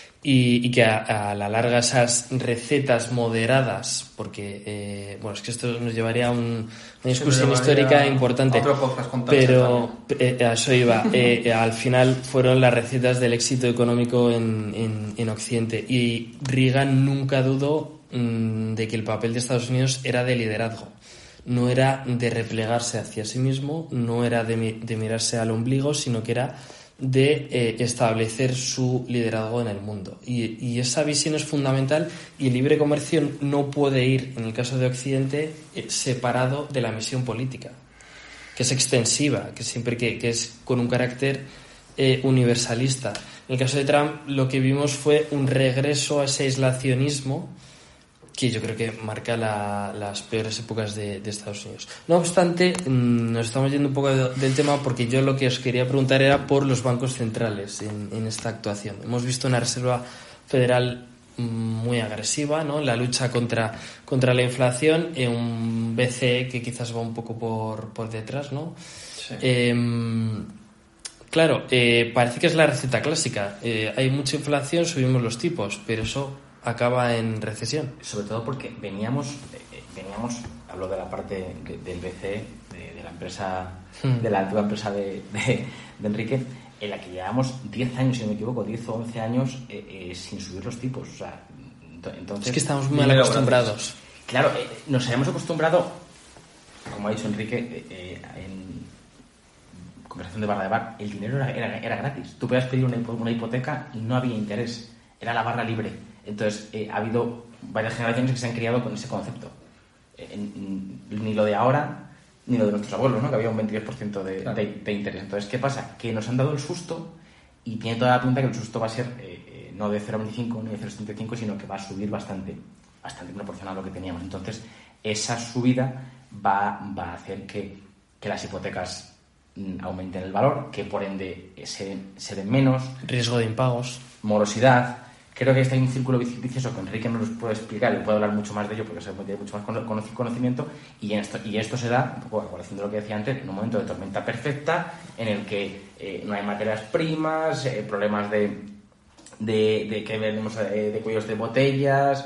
Y que a la larga esas recetas moderadas, porque es que esto nos llevaría a una discusión histórica importante, pero a eso iba. Al final fueron las recetas del éxito económico en Occidente, y Reagan nunca dudó de que el papel de Estados Unidos era de liderazgo. No era de replegarse hacia sí mismo, no era de mirarse al ombligo, sino que era de establecer su liderazgo en el mundo, y esa visión es fundamental, y el libre comercio no puede ir, en el caso de Occidente, separado de la misión política, que es extensiva, que es con un carácter universalista. En el caso de Trump, lo que vimos fue un regreso a ese aislacionismo que yo creo que marca las peores épocas de Estados Unidos. No obstante, nos estamos yendo un poco del tema, porque yo lo que os quería preguntar era por los bancos centrales en esta actuación. Hemos visto una Reserva Federal muy agresiva, ¿no?, en la lucha contra la inflación, un BCE que quizás va un poco por detrás, ¿no? Sí. Claro, parece que es la receta clásica. Hay mucha inflación, subimos los tipos, pero eso acaba en recesión. Sobre todo porque veníamos, hablo de la parte del BCE, de la empresa, de la antigua empresa de Enrique, en la que llevamos 10 años, si no me equivoco, 10 o 11 años sin subir los tipos. O sea, entonces, es que estamos muy mal acostumbrados. Claro, nos habíamos acostumbrado, como ha dicho Enrique, en conversación de barra de bar, el dinero era gratis. Tú podías pedir una hipoteca y no había interés, era la barra libre. Entonces, ha habido varias generaciones que se han criado con ese concepto. Ni lo de ahora, ni lo de nuestros abuelos, ¿no?, que había un 22% de interés. Entonces, ¿qué pasa? Que nos han dado el susto, y tiene toda la pinta que el susto va a ser no de 0,25 ni de 0,75, sino que va a subir bastante proporcional a lo que teníamos. Entonces, esa subida va a hacer que las hipotecas aumenten el valor, que por ende se den menos. Riesgo de impagos. Morosidad. Creo que está en un círculo vicioso que Enrique no nos puede explicar, y puede hablar mucho más de ello porque tiene mucho más conocimiento, y esto se da, un poco a colación de lo que decía antes, en un momento de tormenta perfecta en el que no hay materias primas, problemas de que venimos de cuellos de botellas,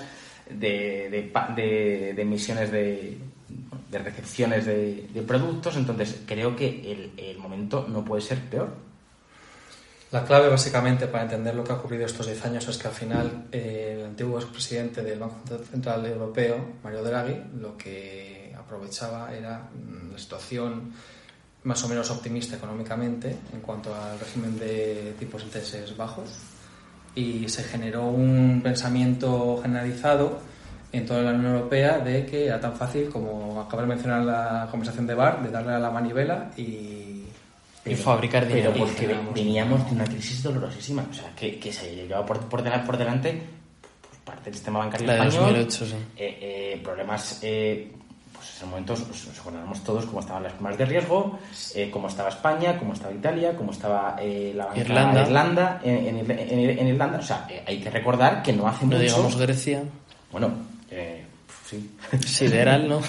de emisiones de recepciones de productos. Entonces creo que el momento no puede ser peor. La clave, básicamente, para entender lo que ha ocurrido estos 10 años es que al final el antiguo expresidente del Banco Central Europeo, Mario Draghi, lo que aprovechaba era la situación más o menos optimista económicamente en cuanto al régimen de tipos de intereses bajos, y se generó un pensamiento generalizado en toda la Unión Europea de que era tan fácil como acabo de mencionar en la conversación de Bart, de darle a la manivela y fabricar dinero. Pero porque veníamos de una crisis dolorosísima, o sea, que se llevaba por delante pues, parte del sistema bancario la de español. 2008, sí. Problemas, pues en ese momento nos acordamos todos cómo estaban las primas de riesgo, cómo estaba España, cómo estaba Italia, cómo estaba la banca Irlanda, en Irlanda. O sea, hay que recordar que no hace mucho... No digamos Grecia. Bueno, sí. Sideral, ¿no?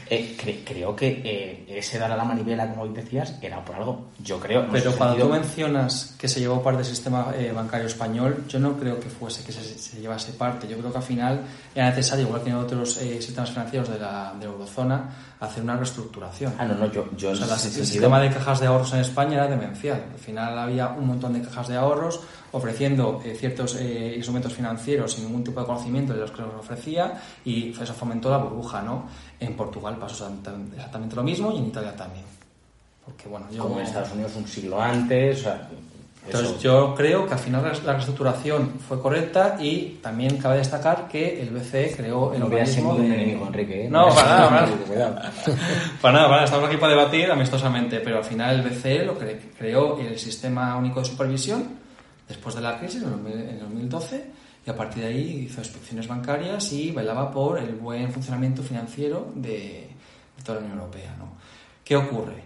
Creo que ese dar a la manivela, como decías, era por algo. Yo creo. Pero cuando tú mencionas que se llevó parte del sistema bancario español, yo no creo que fuese que se llevase parte. Yo creo que al final era necesario, igual que en otros sistemas financieros de la eurozona, hacer una reestructuración. Yo o sea, el sistema de cajas de ahorros en España era demencial. Al final había un montón de cajas de ahorros ofreciendo ciertos instrumentos financieros sin ningún tipo de conocimiento de los que nos ofrecía, y eso fomentó la burbuja, ¿no? En Portugal pasó exactamente lo mismo y en Italia también. Porque, bueno, como en Estados Unidos un siglo antes, o sea, entonces yo creo que al final la reestructuración fue correcta, y también cabe destacar que el BCE creó el organismo de... un enemigo, Enrique, ¿eh? No, para nada. Para nada, estamos aquí para debatir amistosamente, pero al final el BCE lo creó el Sistema Único de Supervisión después de la crisis en 2012, y a partir de ahí hizo inspecciones bancarias y velaba por el buen funcionamiento financiero de toda la Unión Europea, ¿no? ¿Qué ocurre?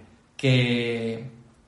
Que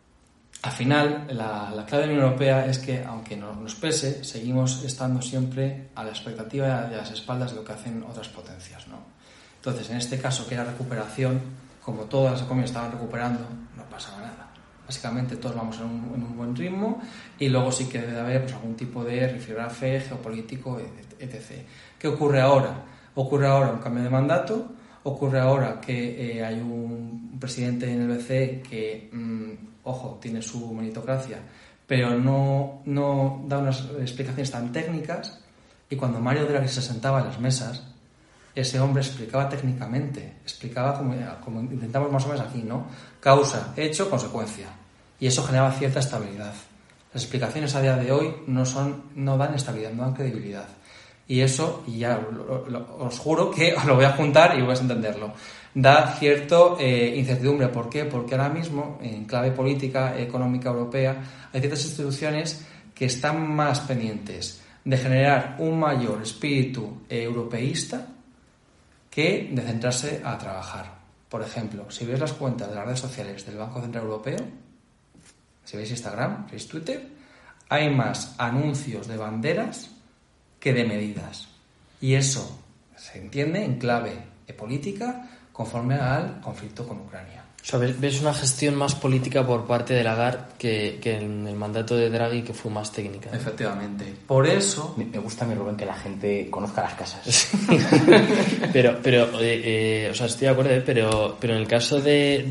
al final la clave de la Unión Europea es que, aunque nos pese, seguimos estando siempre a la expectativa de las espaldas de lo que hacen otras potencias, ¿no? Entonces, en este caso, que era recuperación, como todas las economías estaban recuperando, no pasaba nada. Básicamente todos vamos en un buen ritmo, y luego sí que debe haber pues, algún tipo de rifirrafe geopolítico, etc. ¿Qué ocurre ahora? Ocurre ahora un cambio de mandato, ocurre ahora que hay un presidente en el BCE que, ojo, tiene su meritocracia, pero no da unas explicaciones tan técnicas, y cuando Mario Draghi se sentaba en las mesas, ese hombre explicaba técnicamente, explicaba como intentamos más o menos aquí, ¿no? Causa, hecho, consecuencia. Y eso generaba cierta estabilidad. Las explicaciones a día de hoy no dan estabilidad, no dan credibilidad. Y eso, y ya os juro que os lo voy a juntar y vais a entenderlo, da cierto incertidumbre. ¿Por qué? Porque ahora mismo, en clave política, económica europea, hay ciertas instituciones que están más pendientes de generar un mayor espíritu europeísta que de centrarse a trabajar. Por ejemplo, si veis las cuentas de las redes sociales del Banco Central Europeo, si veis Instagram, si veis Twitter, hay más anuncios de banderas que de medidas. Y eso se entiende en clave política conforme al conflicto con Ucrania. O sea, ves una gestión más política por parte de Lagarde que en el mandato de Draghi, que fue más técnica, ¿no? Efectivamente. Por eso... Me gusta, mi Rubén, que la gente conozca las casas. pero o sea, estoy de acuerdo, pero en el caso de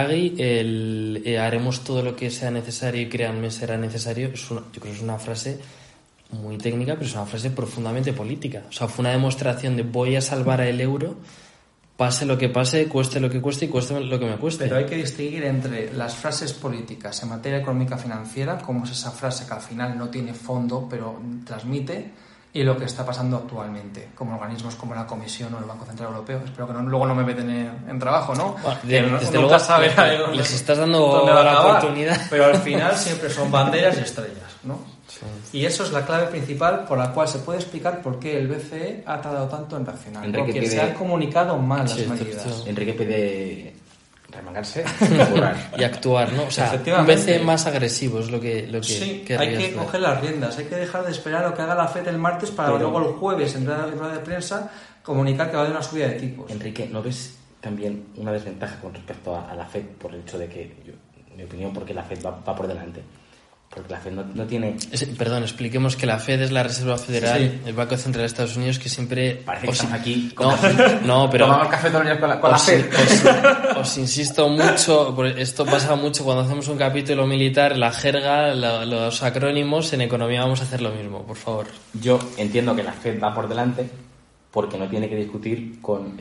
Draghi, haremos todo lo que sea necesario y créanme será necesario, yo creo que es una frase muy técnica, pero es una frase profundamente política. O sea, fue una demostración de voy a salvar al euro, pase lo que pase, cueste lo que cueste y cueste lo que me cueste. Pero hay que distinguir entre las frases políticas en materia económica financiera, como es esa frase que al final no tiene fondo pero transmite, y lo que está pasando actualmente, como organismos como la Comisión o el Banco Central Europeo. Espero que luego no me meten en trabajo, ¿no? Bueno, desde luego sabe les estás dando la oportunidad. Pero al final siempre son banderas y estrellas, ¿no? Sí. Y eso es la clave principal por la cual se puede explicar por qué el BCE ha tardado tanto en reaccionar. Enrique porque se han comunicado mal las medidas. Enrique pide remangarse y actuar, ¿no? O sea, un BCE más agresivo es lo que sí, hay que coger las riendas, hay que dejar de esperar lo que haga la FED el martes para luego el jueves en rueda de prensa comunicar que va a haber una subida de tipos. Enrique, ¿no ves también una desventaja con respecto a la FED por el hecho de que, en mi opinión, porque la FED va por delante? Porque la FED no tiene... Perdón, expliquemos que la FED es la Reserva Federal, sí. El Banco Central de Estados Unidos, que siempre... Parece que estamos aquí... No, pero... Tomamos café todos los días con la FED. Os insisto mucho, esto pasa mucho cuando hacemos un capítulo militar, la jerga, los acrónimos, en economía vamos a hacer lo mismo, por favor. Yo entiendo que la FED va por delante porque no tiene que discutir con...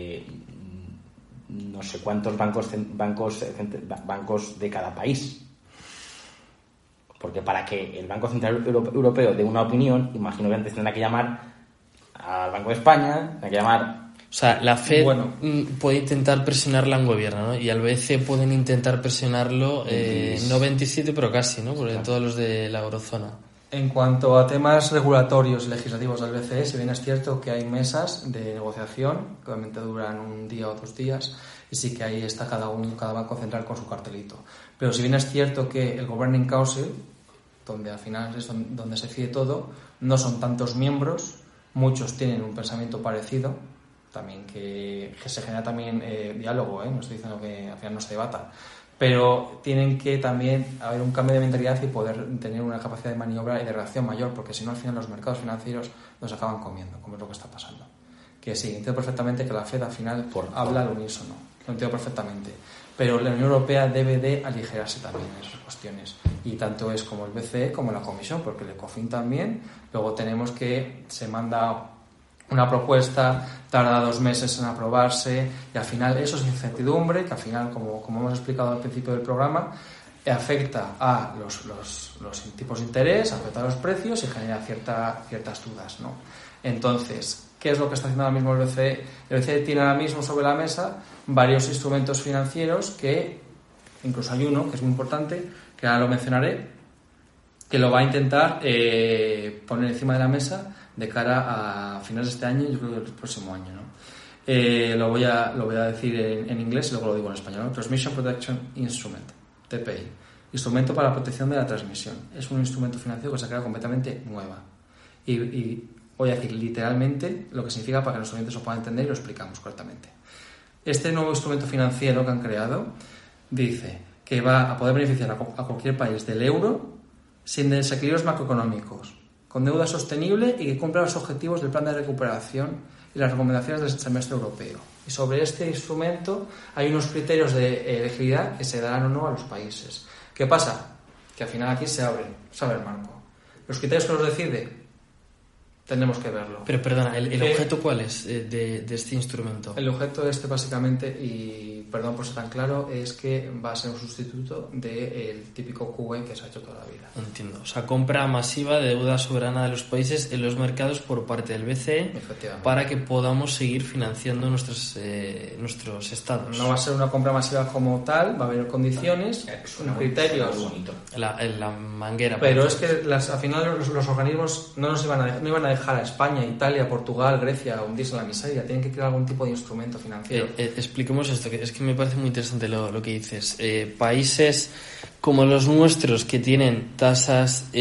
no sé cuántos bancos de cada país. Porque para que el Banco Central Europeo dé una opinión, imagino que antes tendrá que llamar al Banco de España, tendrá que llamar... O sea, la Fed puede intentar presionarla a un gobierno, ¿no? Y al BCE pueden intentar presionarlo, no 27, pero casi, ¿no? Porque todos los de la eurozona. En cuanto a temas regulatorios y legislativos del BCE, si bien es cierto que hay mesas de negociación, que obviamente duran un día o 2 días, y sí que ahí está cada banco central con su cartelito. Pero si bien es cierto que el Governing Council, donde al final es donde se decide todo, no son tantos miembros, muchos tienen un pensamiento parecido, también que se genera también diálogo, no estoy diciendo que al final no se debata, pero tienen que también haber un cambio de mentalidad y poder tener una capacidad de maniobra y de reacción mayor, porque si no al final los mercados financieros nos acaban comiendo, como es lo que está pasando. Que sí, entiendo perfectamente que la Fed al final habla al unísono, lo entiendo perfectamente, pero la Unión Europea debe de aligerarse también en esas cuestiones, y tanto es como el BCE como la Comisión, porque el ECOFIN también. Luego tenemos que se manda una propuesta, tarda 2 meses en aprobarse, y al final eso es incertidumbre, que al final, como hemos explicado al principio del programa, afecta a los tipos de interés, afecta a los precios y genera ciertas dudas, ¿no? Entonces, ¿qué es lo que está haciendo ahora mismo el BCE? El BCE tiene ahora mismo sobre la mesa varios instrumentos financieros que, incluso hay uno que es muy importante, que ahora lo mencionaré, que lo va a intentar poner encima de la mesa de cara a finales de este año y yo creo que el próximo año, ¿no? Lo voy a decir en inglés y luego lo digo en español, ¿no? Transmission Protection Instrument, TPI, instrumento para la protección de la transmisión. Es un instrumento financiero que se ha creado completamente nueva y voy a decir literalmente lo que significa para que los oyentes lo puedan entender y lo explicamos correctamente. Este nuevo instrumento financiero que han creado dice que va a poder beneficiar a cualquier país del euro sin desequilibrios macroeconómicos, con deuda sostenible y que cumpla los objetivos del plan de recuperación y las recomendaciones del semestre europeo. Y sobre este instrumento hay unos criterios de elegibilidad que se darán o no a los países. ¿Qué pasa? Que al final aquí se abre el marco. Los criterios que los decide, tendremos que verlo. Pero perdona, ¿el objeto cuál es de este instrumento? El objeto de básicamente, y perdón por ser tan claro, es que va a ser un sustituto del típico QE que se ha hecho toda la vida. Entiendo. O sea, compra masiva de deuda soberana de los países en los mercados por parte del BCE para que podamos seguir financiando nuestros estados. No va a ser una compra masiva como tal, va a haber condiciones, criterios. La manguera. Pero es que al final los organismos no iban a dejar a España, Italia, Portugal, Grecia hundirse en la miseria. Tienen que crear algún tipo de instrumento financiero. Expliquemos esto, que es que me parece muy interesante lo que dices. Países como los nuestros, que tienen tasas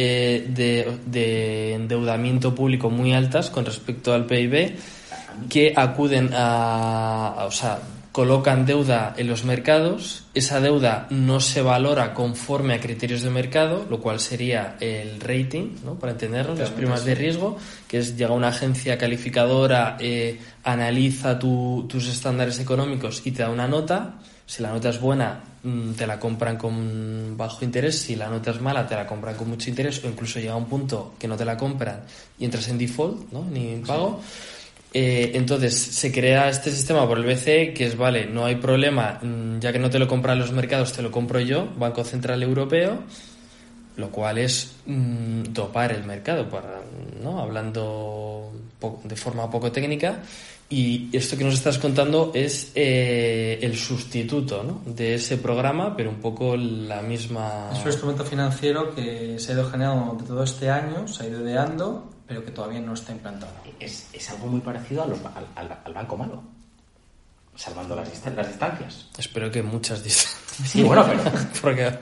de endeudamiento público muy altas con respecto al PIB, que acuden o sea, colocan deuda en los mercados, esa deuda no se valora conforme a criterios de mercado, lo cual sería el rating, ¿no? Para entenderlo, las primas de riesgo, que es llega una agencia calificadora, analiza tus estándares económicos y te da una nota. Si la nota es buena, te la compran con bajo interés. Si la nota es mala, te la compran con mucho interés, o incluso llega a un punto que no te la compran y entras en default, ¿no? Ni en pago. Entonces se crea este sistema por el BCE, que es, vale, no hay problema, ya que no te lo compran los mercados, te lo compro yo, Banco Central Europeo, lo cual es dopar el mercado, ¿no? Hablando de forma poco técnica. Y esto que nos estás contando es el sustituto, ¿no? De ese programa, pero un poco la misma... Es un instrumento financiero que se ha ido generando durante todo este año, se ha ido ideando, pero que todavía no está implantado. Es algo muy parecido al banco malo, salvando las distancias. Espero que muchas distancias. Sí, bueno, pero... Porque...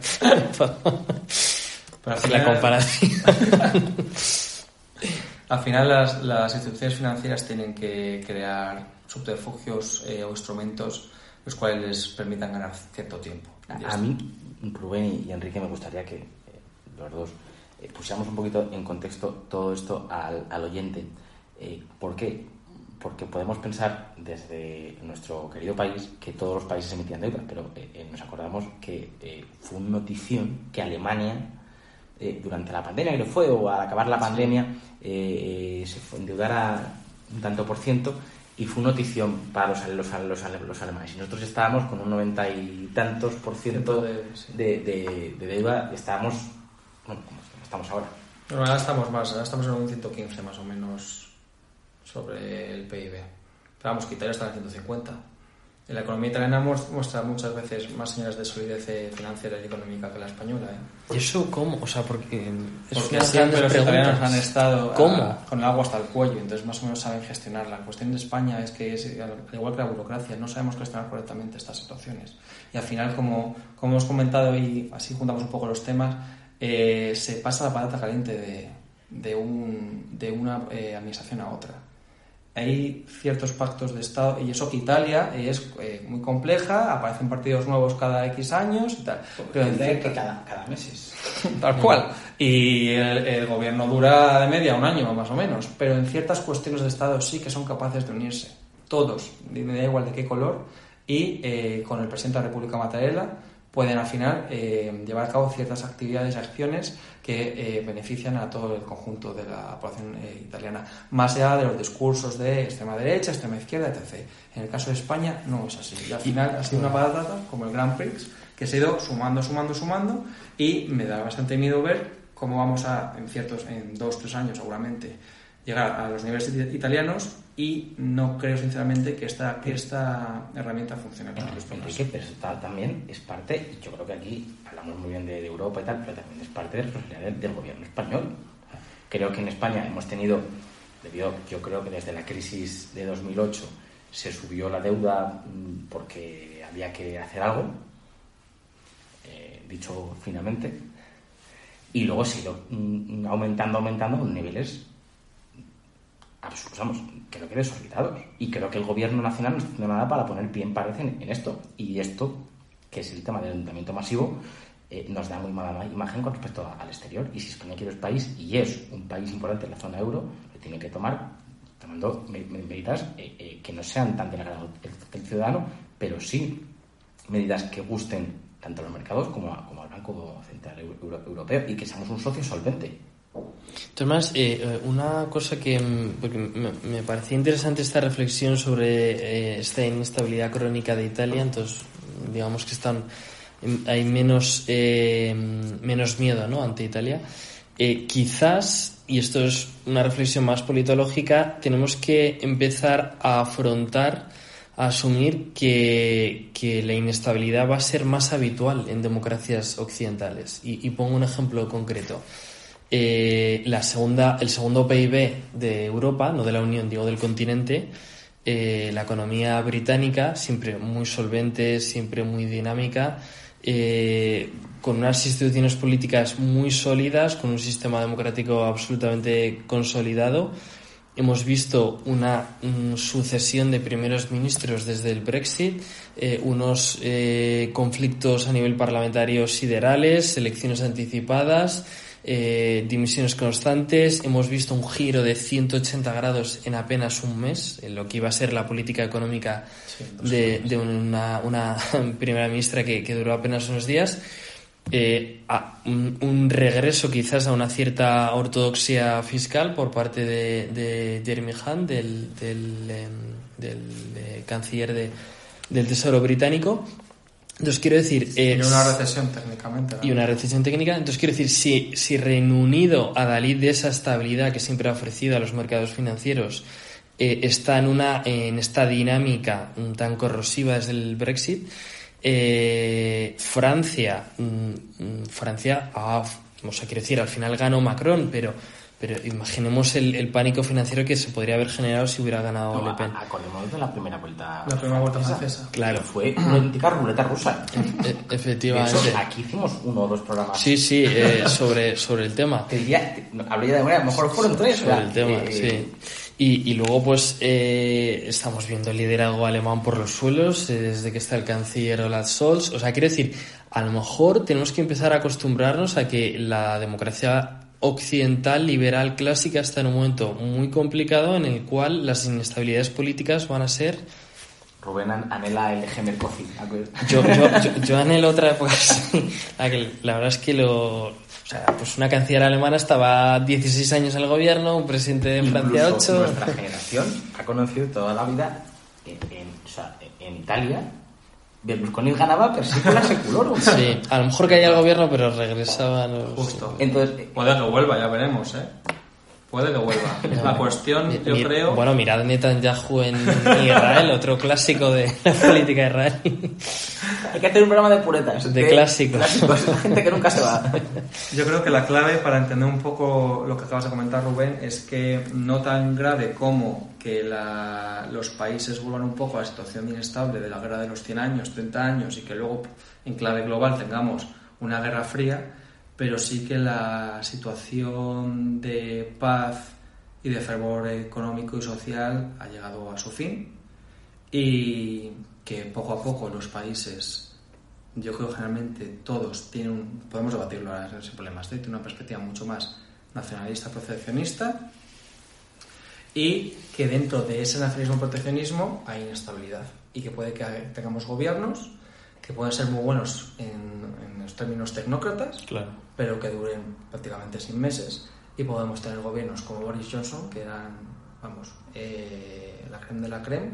Pero al final... La comparación... Al final las instituciones financieras tienen que crear subterfugios o instrumentos los cuales les permitan ganar cierto tiempo. A mí, Rubén y Enrique, me gustaría que los dos pusiéramos un poquito en contexto todo esto al oyente. ¿Por qué? Porque podemos pensar desde nuestro querido país que todos los países emitían deuda, pero nos acordamos que fue una notición que Alemania, durante la pandemia, que fue, o al acabar la pandemia, se endeudara un tanto por ciento, y fue una notición para los alemanes. Y nosotros estábamos con un 90 y tantos % de deuda, estábamos bueno, como estamos ahora. Bueno, ahora estamos en un 115 más o menos sobre el PIB. Pero vamos, que Italia está en el 150. La economía italiana muestra muchas veces más señales de solidez financiera y económica que la española. ¿Y eso cómo? O sea, porque siempre los italianos han estado con el agua hasta el cuello, entonces más o menos saben gestionarla. La cuestión de España es que, al igual que la burocracia, no sabemos gestionar correctamente estas situaciones. Y al final, como hemos comentado, y así juntamos un poco los temas, se pasa la patata caliente de una administración a otra. Hay ciertos pactos de Estado, y eso que Italia es muy compleja, aparecen partidos nuevos cada X años y tal. Pero que cada meses. Tal cual. Y el gobierno dura de media un año más o menos, pero en ciertas cuestiones de Estado sí que son capaces de unirse. Todos, me da igual de qué color, y con el presidente de la República Mattarella pueden al final llevar a cabo ciertas actividades y acciones que benefician a todo el conjunto de la población italiana, más allá de los discursos de extrema derecha, extrema izquierda, etc. En el caso de España no es así. Y al final ha sido una patata como el Grand Prix, que se ha ido sumando, y me da bastante miedo ver cómo vamos a, en 2-3 años seguramente, llegar a los niveles italianos, y no creo sinceramente que esta herramienta funcione para los problemas. Enrique, pero eso también es parte, y yo creo que aquí hablamos muy bien de Europa y tal, pero también es parte de la responsabilidad del gobierno español. Creo que en España hemos tenido, yo creo que desde la crisis de 2008 se subió la deuda porque había que hacer algo, dicho finamente, y luego se ha ido aumentando en niveles absurdos, vamos, creo que desorbitados. Y creo que el gobierno nacional no está haciendo nada para poner pie en pared en esto. Y esto, que es el tema del endeudamiento masivo, nos da muy mala imagen con respecto al exterior. Y si España quiere un país, y es un país importante en la zona euro, lo tiene que tomando medidas que no sean tan del agrado del ciudadano, pero sí medidas que gusten tanto a los mercados como al Banco Central Europeo, y que seamos un socio solvente. Tomás, una cosa que porque me parecía interesante esta reflexión sobre esta inestabilidad crónica de Italia. Entonces, digamos que hay menos miedo, ¿no?, ante Italia. Quizás, y esto es una reflexión más politológica, tenemos que empezar a asumir que la inestabilidad va a ser más habitual en democracias occidentales. Y pongo un ejemplo concreto. El segundo PIB de Europa, no de la Unión, digo del continente, la economía británica, siempre muy solvente, siempre muy dinámica, con unas instituciones políticas muy sólidas, con un sistema democrático absolutamente consolidado. Hemos visto una sucesión de primeros ministros desde el Brexit, unos conflictos a nivel parlamentario siderales, elecciones anticipadas, dimisiones constantes. Hemos visto un giro de 180 grados en apenas un mes en lo que iba a ser la política económica de una primera ministra que duró apenas unos días. Un regreso quizás a una cierta ortodoxia fiscal por parte de Jeremy Hunt, del canciller del Tesoro británico. Entonces quiero decir... y una recesión técnicamente, ¿no? Y una recesión técnica. Entonces quiero decir, si Reino Unido, adalid de esa estabilidad que siempre ha ofrecido a los mercados financieros, está en esta dinámica tan corrosiva desde el Brexit, Francia, quiero decir, al final ganó Macron, pero imaginemos el pánico financiero que se podría haber generado si hubiera ganado Le Pen. Acordémonos de la primera vuelta francesa. Claro. Fue una auténtica ruleta rusa. Efectivamente. Eso, aquí hicimos 1 o 2 programas. Sí, sobre el tema. Habría de manera, a lo mejor fueron 3. Sobre el tema, sí. Y luego, pues, estamos viendo el liderazgo alemán por los suelos, desde que está el canciller Olaf Scholz. O sea, quiero decir, a lo mejor tenemos que empezar a acostumbrarnos a que la democracia occidental, liberal, clásica, está en un momento muy complicado en el cual las inestabilidades políticas van a ser... Rubén anhela el Gemer Coffee. Yo anhelo otra época, sí. La verdad es que pues una canciller alemana estaba 16 años en el gobierno, un presidente de Francia 8... Nuestra generación ha conocido toda la vida en Italia Berlusconi ganaba per secula seculorum. Sí, a lo mejor caía el gobierno, pero regresaba a los... Justo. Entonces, Puede que vuelva, ya veremos, ¿eh? Puede que vuelva. La cuestión, yo creo... Bueno, mirad Netanyahu en Israel, otro clásico de la política israelí. hay que hacer un programa de puretas. De clásicos. Clásicos, la gente que nunca se va. Yo creo que la clave para entender un poco lo que acabas de comentar, Rubén, es que no tan grave como que los países vuelvan un poco a la situación inestable de la guerra de los 100 años, 30 años, y que luego en clave global tengamos una guerra fría, pero sí que la situación de paz y de fervor económico y social ha llegado a su fin, y que poco a poco los países, yo creo generalmente todos tienen podemos debatirlo ahora sin problemas, tienen una perspectiva mucho más nacionalista, proteccionista, y que dentro de ese nacionalismo proteccionismo hay inestabilidad, y que puede que tengamos gobiernos que pueden ser muy buenos en los términos tecnócratas, Claro. pero que duren prácticamente 6 meses, y podemos tener gobiernos como Boris Johnson, que eran, vamos, la creme de la creme.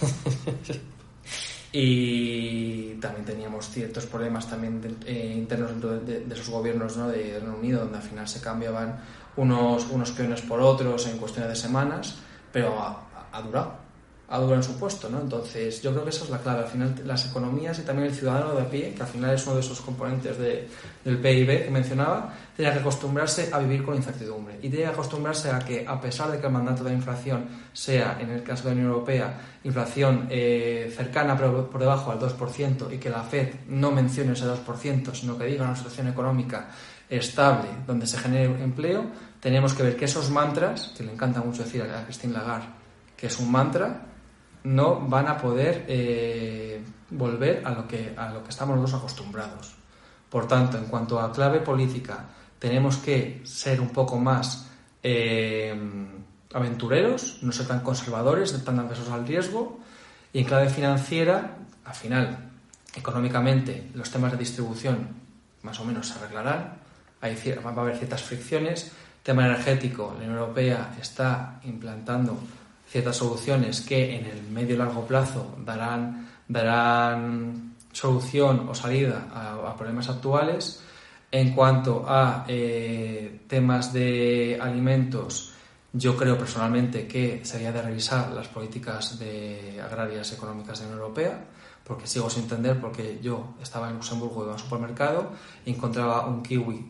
Y también teníamos ciertos problemas también internos dentro de esos gobiernos, ¿no?, de Reino Unido, donde al final se cambiaban unos peones por otros en cuestiones de semanas, pero ha durado en su puesto, ¿no? Entonces yo creo que esa es la clave. Al final las economías y también el ciudadano de a pie, que al final es uno de esos componentes del PIB que mencionaba, tiene que acostumbrarse a vivir con incertidumbre, y tiene que acostumbrarse a que, a pesar de que el mandato de la inflación sea, en el caso de la Unión Europea, inflación cercana pero por debajo al 2%, y que la FED no mencione ese 2%, sino que diga una situación económica estable donde se genere empleo, tenemos que ver que esos mantras, que le encanta mucho decir a Christine Lagarde que es un mantra, no van a poder volver a lo que estamos los acostumbrados. Por tanto, en cuanto a clave política, tenemos que ser un poco más aventureros, no ser tan conservadores, tan adversos al riesgo, y en clave financiera, al final, económicamente, los temas de distribución más o menos se arreglarán, va a haber ciertas fricciones. Tema energético, la Unión Europea está implantando ciertas soluciones que en el medio y largo plazo darán solución o salida a problemas actuales. En cuanto a temas de alimentos, yo creo personalmente que sería de revisar las políticas agrarias económicas de la Unión Europea, porque sigo sin entender, porque yo estaba en Luxemburgo, iba a un supermercado y encontraba un kiwi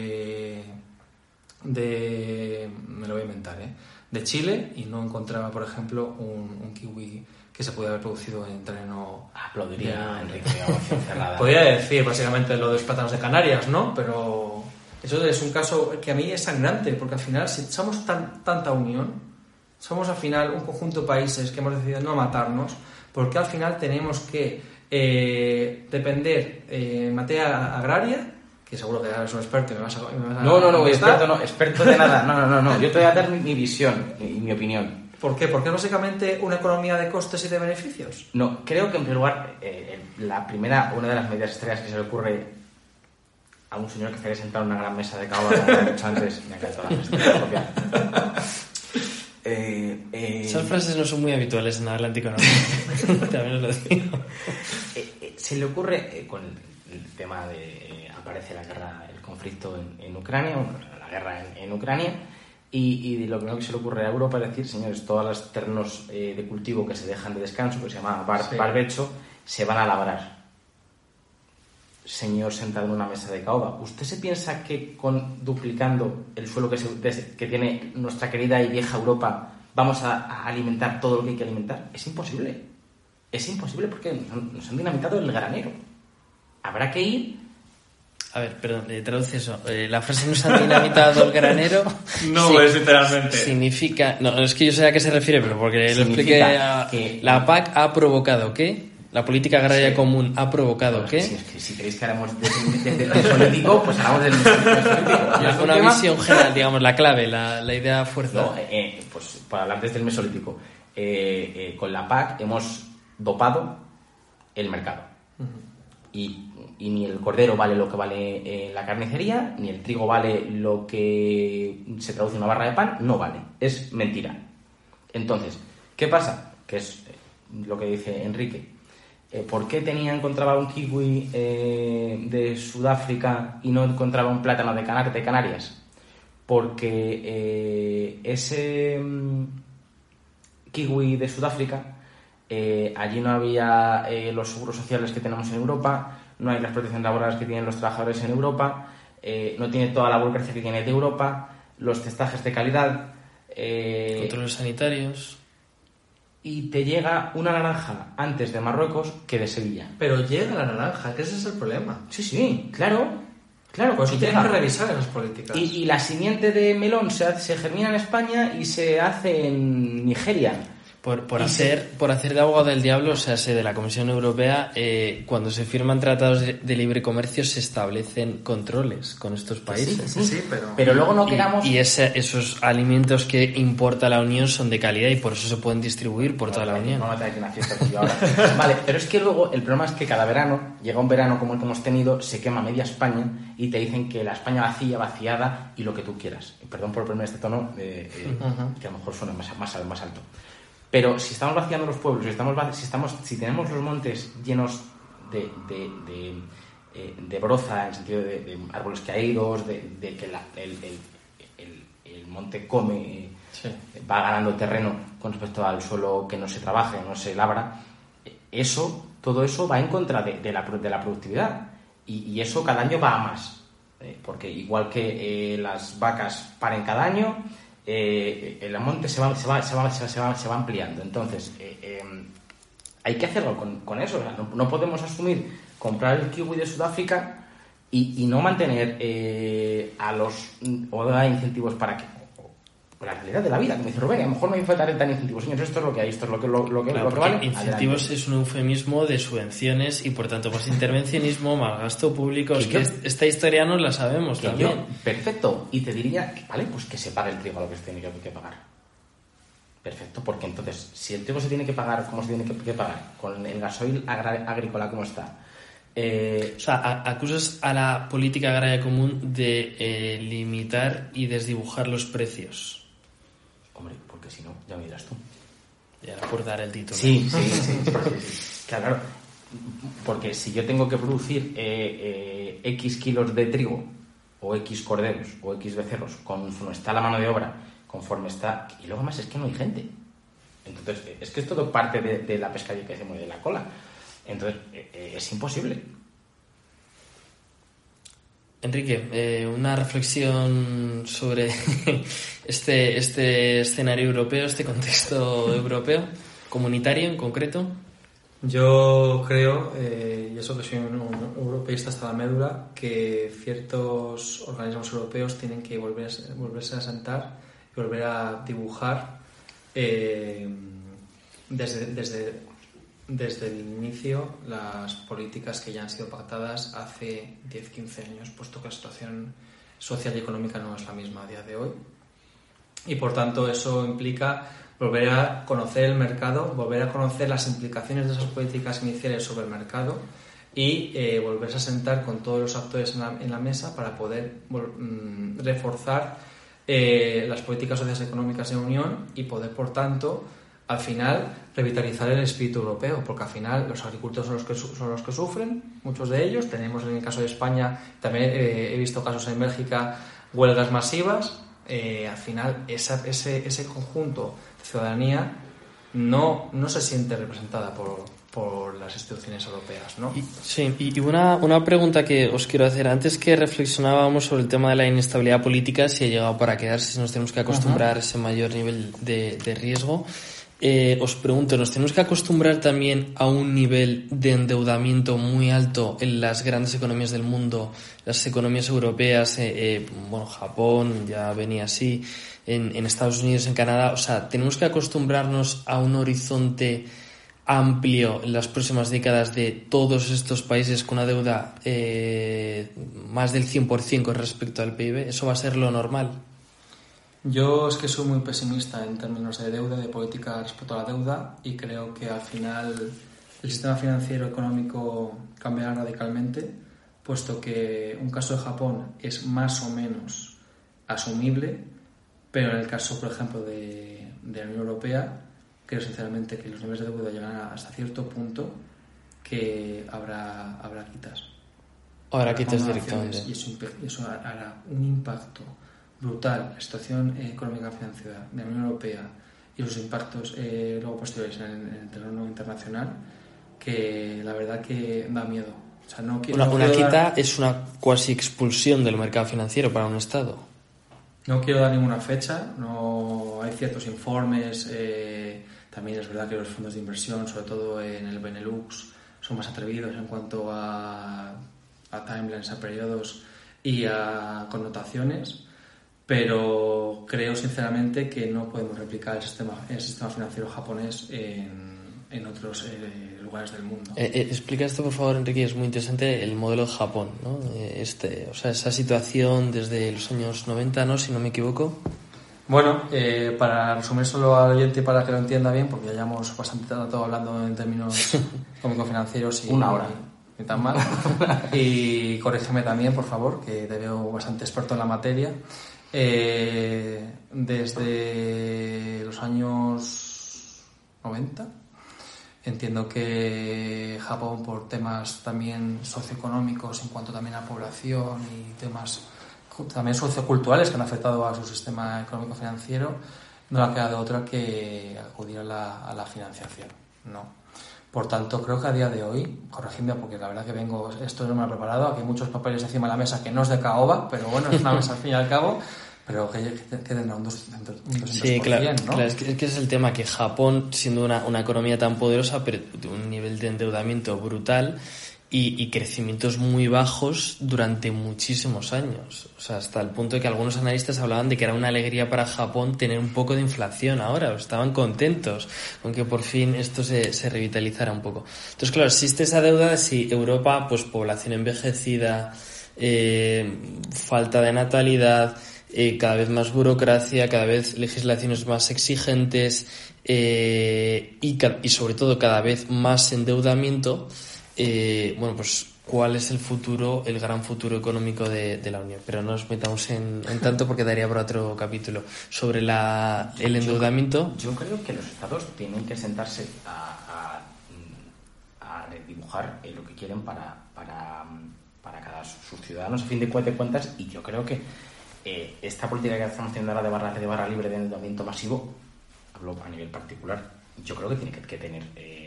me lo voy a inventar, de Chile, y no encontraba, por ejemplo, un kiwi que se podía haber producido en terreno... Aplaudiría a Enrique Cerrada. Podría decir básicamente lo de los plátanos de Canarias, ¿no? Pero eso es un caso que a mí es sangrante, porque al final, si somos tanta unión, somos al final un conjunto de países que hemos decidido no matarnos, porque al final tenemos que depender en materia agraria, que seguro que eres un experto y me vas a No, experto de nada. No. Yo te voy a dar mi visión y mi opinión. ¿Por qué? Porque es básicamente una economía de costes y de beneficios. No, creo que en primer lugar, una de las medidas estrellas que se le ocurre a un señor que estaría sentado en una gran mesa de caoba, como he dicho antes, me ha encantado la gestión. Esas frases no son muy habituales en Atlántico Norte. También os lo digo. Se le ocurre con el tema de aparece la guerra, el conflicto en Ucrania, la guerra en Ucrania, y lo primero que se le ocurre a Europa es decir, señores, todos los terrenos de cultivo que se dejan de descanso, que se llama barbecho, se van a labrar. Señor sentado en una mesa de caoba, ¿usted se piensa que duplicando el suelo que tiene nuestra querida y vieja Europa vamos a alimentar todo lo que hay que alimentar? Es imposible. Es imposible porque nos han dinamitado el granero. Habrá que ir... A ver, perdón, traduce eso. La frase "nos han dinamitado el granero" no es literalmente. Significa... No, es que yo sé a qué se refiere, pero porque lo expliqué... Que la PAC ha provocado ¿qué? La política agraria común ha provocado ¿qué? Si queréis que hablamos del mesolítico, pues hablamos del mesolítico. Una visión general, digamos, la clave, la idea fuerza. No, pues para hablar desde el mesolítico. Con la PAC hemos dopado el mercado. Y ni el cordero vale lo que vale la carnicería, ni el trigo vale lo que se traduce en una barra de pan, no vale. Es mentira. Entonces, ¿qué pasa? Que es lo que dice Enrique. ¿Por qué encontraba un kiwi de Sudáfrica y no encontraba un plátano de Canarias? Porque ese kiwi de Sudáfrica, allí no había los seguros sociales que tenemos en Europa, no hay las protecciones laborales que tienen los trabajadores en Europa, no tiene toda la burocracia que tiene de Europa, los testajes de calidad, controles sanitarios. Y te llega una naranja antes de Marruecos que de Sevilla. Pero llega la naranja, que ese es el problema. Sí, claro. Pues tienen que revisar esas políticas. Y la simiente de melón se germina en España y se hace en Nigeria. Por hacer de abogado del diablo, o sea, de la Comisión Europea, cuando se firman tratados de libre comercio se establecen controles con estos países. Sí, pero luego no queramos... Y esos alimentos que importa la Unión son de calidad y por eso se pueden distribuir por toda la Unión. Vamos a tener una fiesta tuya ahora. Vale, pero es que luego el problema es que cada verano, llega un verano como el que hemos tenido, se quema media España y te dicen que la España vacía, vaciada y lo que tú quieras. Perdón por ponerme este tono, que a lo mejor suena más alto. Pero si estamos vaciando los pueblos, si tenemos los montes llenos de broza, en el sentido de árboles caídos, de que el monte come, va ganando terreno con respecto al suelo que no se trabaja, no se labra, todo eso va en contra de la productividad. Y eso cada año va a más. Porque igual que las vacas paren cada año, el monte se va ampliando. Entonces hay que hacerlo con eso. O sea, no podemos asumir comprar el kiwi de Sudáfrica y no mantener o dar incentivos para que la realidad de la vida, como dice Rubén, a lo mejor no hay falta tan incentivos, señores, esto es lo que hay, esto es lo que vale. Incentivos adelante. Es un eufemismo de subvenciones y por tanto más intervencionismo, más gasto público. Es que esta historia no la sabemos también. Perfecto, y te diría, vale, pues que se pague el trigo a lo que se tiene que pagar. Perfecto, porque entonces, si el trigo se tiene que pagar, ¿cómo se tiene que pagar? Con el gasoil agrícola, ¿cómo está? O sea, acusas a la política agraria común de limitar y desdibujar los precios. Hombre, porque si no, ya me dirás tú. Y ahora por dar el título. Sí. Claro, porque si yo tengo que producir X kilos de trigo, o X corderos, o X becerros, conforme está la mano de obra, conforme está... Y luego más es que no hay gente. Entonces, es que es todo parte de la pescadilla que se mueve la cola. Entonces, es imposible. Enrique, una reflexión sobre este escenario europeo, este contexto europeo, comunitario en concreto. Yo creo, y eso que soy un europeísta hasta la médula, que ciertos organismos europeos tienen que volverse a sentar y volver a dibujar desde el inicio las políticas que ya han sido pactadas hace 10-15 años, puesto que la situación social y económica no es la misma a día de hoy. Y por tanto eso implica volver a conocer el mercado, volver a conocer las implicaciones de esas políticas iniciales sobre el mercado y volverse a sentar con todos los actores en la mesa para poder reforzar las políticas sociales y económicas de la Unión y poder, por tanto, al final revitalizar el espíritu europeo, porque al final los agricultores son los que sufren, muchos de ellos. Tenemos en el caso de España, también he visto casos en Bélgica, huelgas masivas. Al final ese conjunto de ciudadanía no se siente representada por las instituciones europeas, ¿no? Y una pregunta que os quiero hacer. Antes que reflexionábamos sobre el tema de la inestabilidad política, si ha llegado para quedarse, si nos tenemos que acostumbrar a ese mayor nivel de riesgo. Os pregunto, ¿nos tenemos que acostumbrar también a un nivel de endeudamiento muy alto en las grandes economías del mundo, las economías europeas, Japón ya venía así, en Estados Unidos, en Canadá? O sea, ¿tenemos que acostumbrarnos a un horizonte amplio en las próximas décadas de todos estos países con una deuda más del 100% con respecto al PIB? ¿Eso va a ser lo normal? Yo es que soy muy pesimista en términos de deuda, de política respecto a la deuda, y creo que al final el sistema financiero económico cambiará radicalmente, puesto que un caso de Japón es más o menos asumible, pero en el caso, por ejemplo, de la Unión Europea, creo sinceramente que los niveles de deuda llegan hasta cierto punto que habrá quitas. Habrá quitas directamente. Y eso hará un impacto brutal en la situación económica y financiera de la Unión Europea y los impactos luego posteriores en el terreno internacional, que la verdad que da miedo. O sea, una quita es una cuasi expulsión del mercado financiero para un Estado. No quiero dar ninguna fecha, no hay ciertos informes, también es verdad que los fondos de inversión, sobre todo en el Benelux, son más atrevidos en cuanto a timelines, a periodos y a connotaciones, pero creo sinceramente que no podemos replicar el sistema financiero japonés en otros lugares del mundo. Explica esto, por favor, Enrique, es muy interesante el modelo de Japón, ¿no? O sea, esa situación desde los años 90, ¿no? Si no me equivoco. Bueno, para resumir solo al oyente y para que lo entienda bien, porque ya llevamos bastante rato hablando en términos económico-financieros y una hora. Ni tan mal. Y corrígeme también, por favor, que te veo bastante experto en la materia. Desde los años 90 entiendo que Japón, por temas también socioeconómicos en cuanto también a población y temas también socioculturales que han afectado a su sistema económico-financiero, no le ha quedado otra que acudir a la financiación, ¿no? Por tanto, creo que a día de hoy, corregidme porque la verdad que esto no me lo he preparado, aquí hay muchos papeles encima de la mesa que no es de caoba, pero bueno, es una mesa al fin y al cabo, pero que tendrá un 200%, sí, claro, ¿no? Claro, es que es el tema, que Japón, siendo una economía tan poderosa, pero de un nivel de endeudamiento brutal y crecimientos muy bajos durante muchísimos años. O sea, hasta el punto de que algunos analistas hablaban de que era una alegría para Japón tener un poco de inflación ahora, o estaban contentos con que por fin esto se revitalizara un poco. Entonces, claro, existe esa deuda si Europa, pues población envejecida, falta de natalidad, cada vez más burocracia, cada vez legislaciones más exigentes y sobre todo cada vez más endeudamiento. Bueno, pues cuál es el gran futuro económico de la Unión. Pero no nos metamos en tanto porque daría para otro capítulo. Sobre el endeudamiento. Yo creo que los estados tienen que sentarse a dibujar lo que quieren para cada sus ciudadanos a fin de cuentas, y yo creo que esta política que estamos haciendo ahora de barra libre de endeudamiento masivo, hablo a nivel particular, yo creo que tiene que tener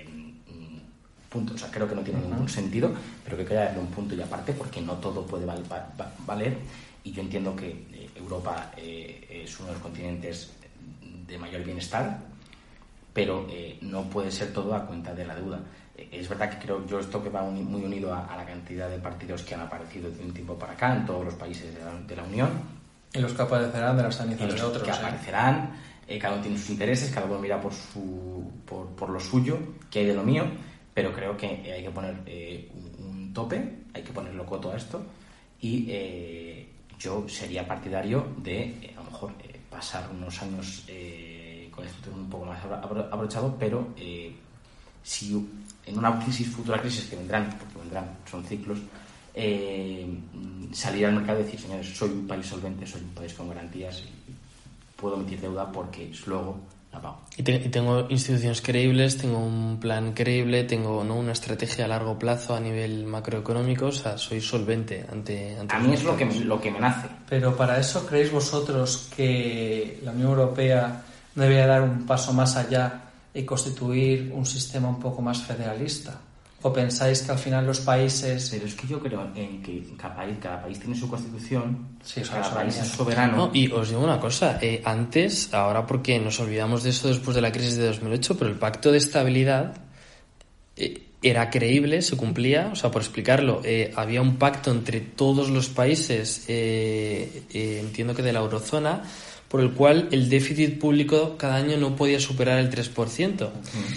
punto. O sea, creo que no tiene ningún sentido, pero que haya un punto y aparte, porque no todo puede valer, y yo entiendo que Europa es uno de los continentes de mayor bienestar, pero no puede ser todo a cuenta de la deuda. Es verdad que creo yo esto que va muy unido a la cantidad de partidos que han aparecido de un tiempo para acá en todos los países de la Unión. Y los que aparecerán de las cenizas de otros. Que aparecerán, cada uno tiene sus intereses, cada uno mira por lo suyo, que hay de lo mío, pero creo que hay que poner un tope, hay que ponerlo coto a esto, y yo sería partidario de a lo mejor pasar unos años con esto un poco más abrochado, pero si en una futura crisis que vendrán, son ciclos, salir al mercado y decir, señores, soy un país solvente, soy un país con garantías y puedo emitir deuda porque luego la pago. Y tengo instituciones creíbles, tengo un plan creíble, tengo una estrategia a largo plazo a nivel macroeconómico, o sea, soy solvente ante a mí es lo que me nace. Pero para eso, ¿creéis vosotros que la Unión Europea debería dar un paso más allá y constituir un sistema un poco más federalista? ¿O pensáis que al final los países...? Pero es que yo creo en que cada país tiene su constitución, sí, cada país es soberano. No, y os digo una cosa, antes, ahora porque nos olvidamos de eso después de la crisis de 2008, pero el Pacto de Estabilidad era creíble, se cumplía, o sea, por explicarlo, había un pacto entre todos los países, entiendo que de la eurozona, por el cual el déficit público cada año no podía superar el 3%.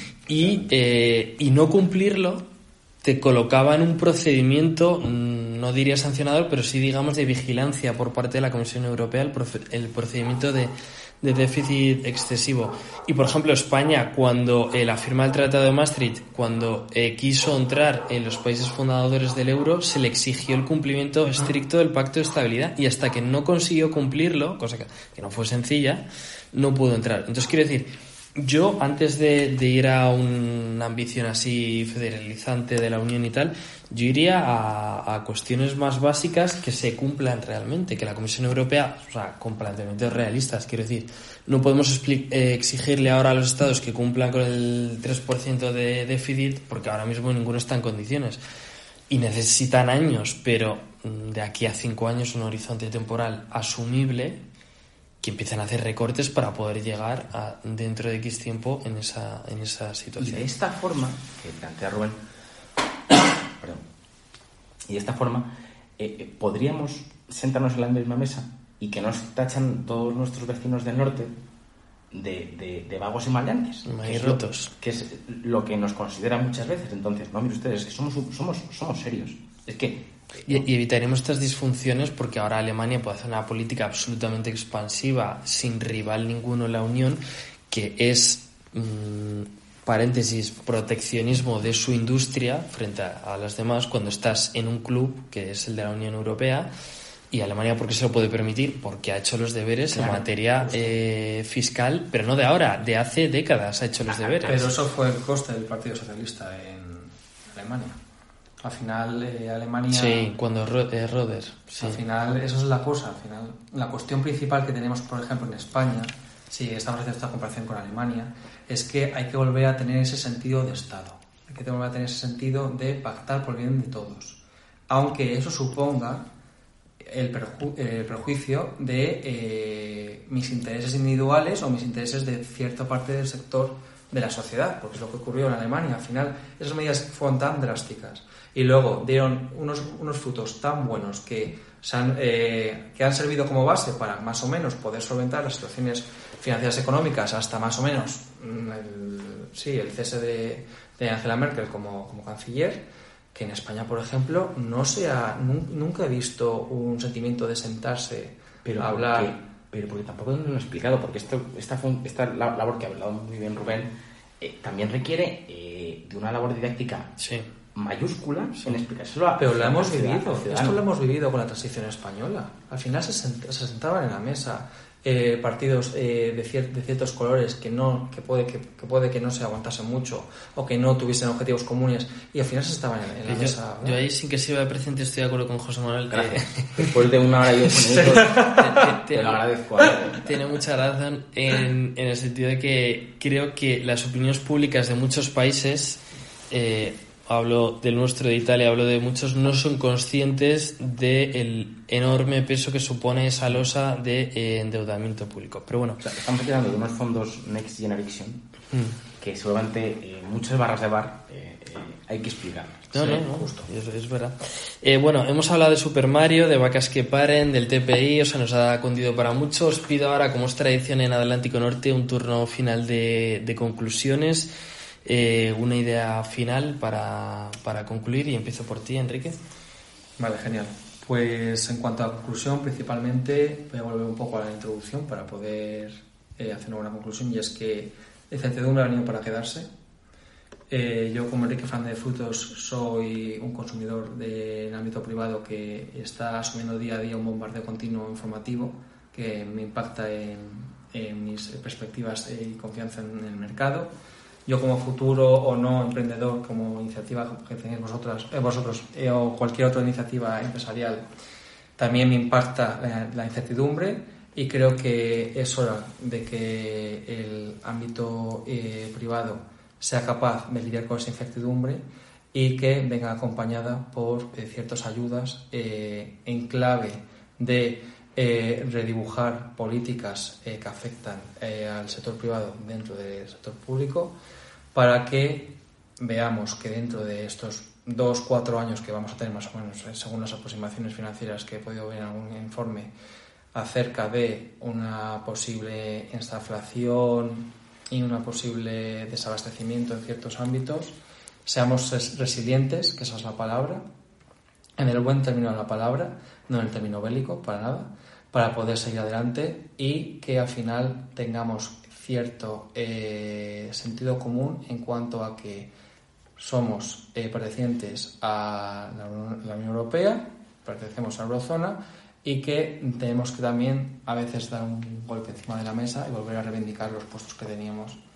Y no cumplirlo te colocaba en un procedimiento, no diría sancionador, pero sí, digamos, de vigilancia por parte de la Comisión Europea, el procedimiento de déficit excesivo. Y, por ejemplo, España, cuando la firma del Tratado de Maastricht, cuando quiso entrar en los países fundadores del euro, se le exigió el cumplimiento estricto del Pacto de Estabilidad, y hasta que no consiguió cumplirlo, cosa que no fue sencilla, no pudo entrar. Entonces, quiero decir Yo, antes de ir a una ambición así federalizante de la Unión y tal, yo iría a cuestiones más básicas que se cumplan realmente, que la Comisión Europea, o sea, con planteamientos realistas, quiero decir, no podemos exigirle ahora a los estados que cumplan con el 3% de déficit, porque ahora mismo ninguno está en condiciones. Y necesitan años, pero de aquí a 5 años, un horizonte temporal asumible, que empiecen a hacer recortes para poder llegar a dentro de X tiempo en esa situación. Y de esta forma, que plantea Rubén, y de esta forma podríamos sentarnos en la misma mesa y que nos tachan todos nuestros vecinos del norte de vagos y maleantes, que es lo que nos consideran muchas veces. Entonces, no, mire ustedes, es que somos serios. Es que y evitaremos estas disfunciones porque ahora Alemania puede hacer una política absolutamente expansiva, sin rival ninguno en la Unión, que es, paréntesis, proteccionismo de su industria frente a las demás, cuando estás en un club que es el de la Unión Europea. Y Alemania, ¿por qué se lo puede permitir? Porque ha hecho los deberes en materia fiscal, pero no de ahora, de hace décadas ha hecho los deberes. Pero eso fue el coste del Partido Socialista en Alemania. Al final, Alemania... Sí, cuando Roder... Sí. Al final, eso es la cosa. Al final, la cuestión principal que tenemos, por ejemplo, en España, si estamos haciendo esta comparación con Alemania, es que hay que volver a tener ese sentido de Estado. Hay que volver a tener ese sentido de pactar por el bien de todos. Aunque eso suponga el prejuicio de mis intereses individuales o mis intereses de cierta parte del sector de la sociedad, porque es lo que ocurrió en Alemania. Al final, esas medidas fueron tan drásticas y luego dieron unos frutos tan buenos que han servido como base para más o menos poder solventar las situaciones financieras económicas, hasta más o menos el cese de Angela Merkel como canciller, que en España, por ejemplo, nunca he visto un sentimiento de sentarse a hablar. Pero porque tampoco nos lo he explicado, porque esta labor que ha hablado muy bien Rubén también requiere de una labor didáctica mayúscula en explicárselo Pero lo hemos vivido, esto lo hemos vivido con la transición española. Al final se sentaban en la mesa partidos de ciertos colores que puede que no se aguantasen mucho o que no tuviesen objetivos comunes, y al final se estaban en la mesa, ¿no? Yo ahí, sin que sirva de presente, estoy de acuerdo con José Manuel. Después de 1 hora y 8 minutos te lo agradezco. Tiene mucha razón en el sentido de que creo que las opiniones públicas de muchos países, hablo del nuestro, de Italia, hablo de muchos, no son conscientes del enorme peso que supone esa losa de endeudamiento público. Pero bueno, estamos hablando de unos fondos Next Generation que seguramente muchas barras de bar hay que explicar. No, justo. Es verdad. Bueno, hemos hablado de Super Mario, de vacas que paren, del TPI, o sea, nos ha cundido para mucho. Os pido ahora, como es tradición en Atlántico Norte, un turno final de conclusiones. Una idea final para concluir, y empiezo por ti, Enrique. Vale, genial. Pues en cuanto a conclusión, principalmente voy a volver un poco a la introducción para poder hacer una buena conclusión, y es que la incertidumbre ha venido para quedarse. Yo, como Enrique Fernández de Frutos, soy un consumidor del ámbito privado que está asumiendo día a día un bombardeo continuo informativo que me impacta en mis perspectivas y confianza en el mercado. Yo, como futuro o no emprendedor, como iniciativa que tenéis vosotros o cualquier otra iniciativa empresarial, también me impacta la incertidumbre, y creo que es hora de que el ámbito privado sea capaz de lidiar con esa incertidumbre y que venga acompañada por ciertas ayudas en clave de redibujar políticas que afectan al sector privado dentro del sector público, para que veamos que dentro de estos 2-4 años que vamos a tener, más o menos, según las aproximaciones financieras que he podido ver en algún informe acerca de una posible estanflación y un posible desabastecimiento en ciertos ámbitos, seamos resilientes, que esa es la palabra, en el buen término de la palabra, no en el término bélico, para nada, para poder seguir adelante, y que al final tengamos cierto sentido común en cuanto a que somos pertenecientes a la Unión Europea, pertenecemos a la Eurozona, y que tenemos que también a veces dar un golpe encima de la mesa y volver a reivindicar los puestos que teníamos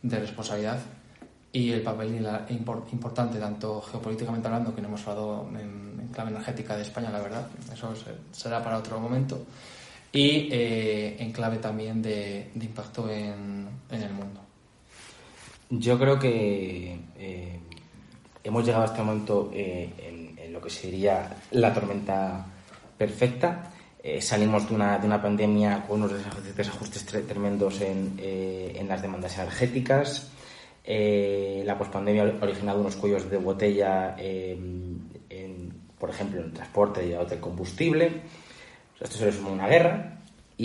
de responsabilidad y el papel importante, tanto geopolíticamente hablando, que no hemos hablado en clave energética de España, la verdad, eso será para otro momento, y en clave también de impacto en el mundo. Yo creo que hemos llegado a este momento en lo que sería la tormenta perfecta. Salimos de una pandemia con unos desajustes tremendos en las demandas energéticas. La pospandemia ha originado unos cuellos de botella, por ejemplo, en el transporte y del combustible. Esto se le suma una guerra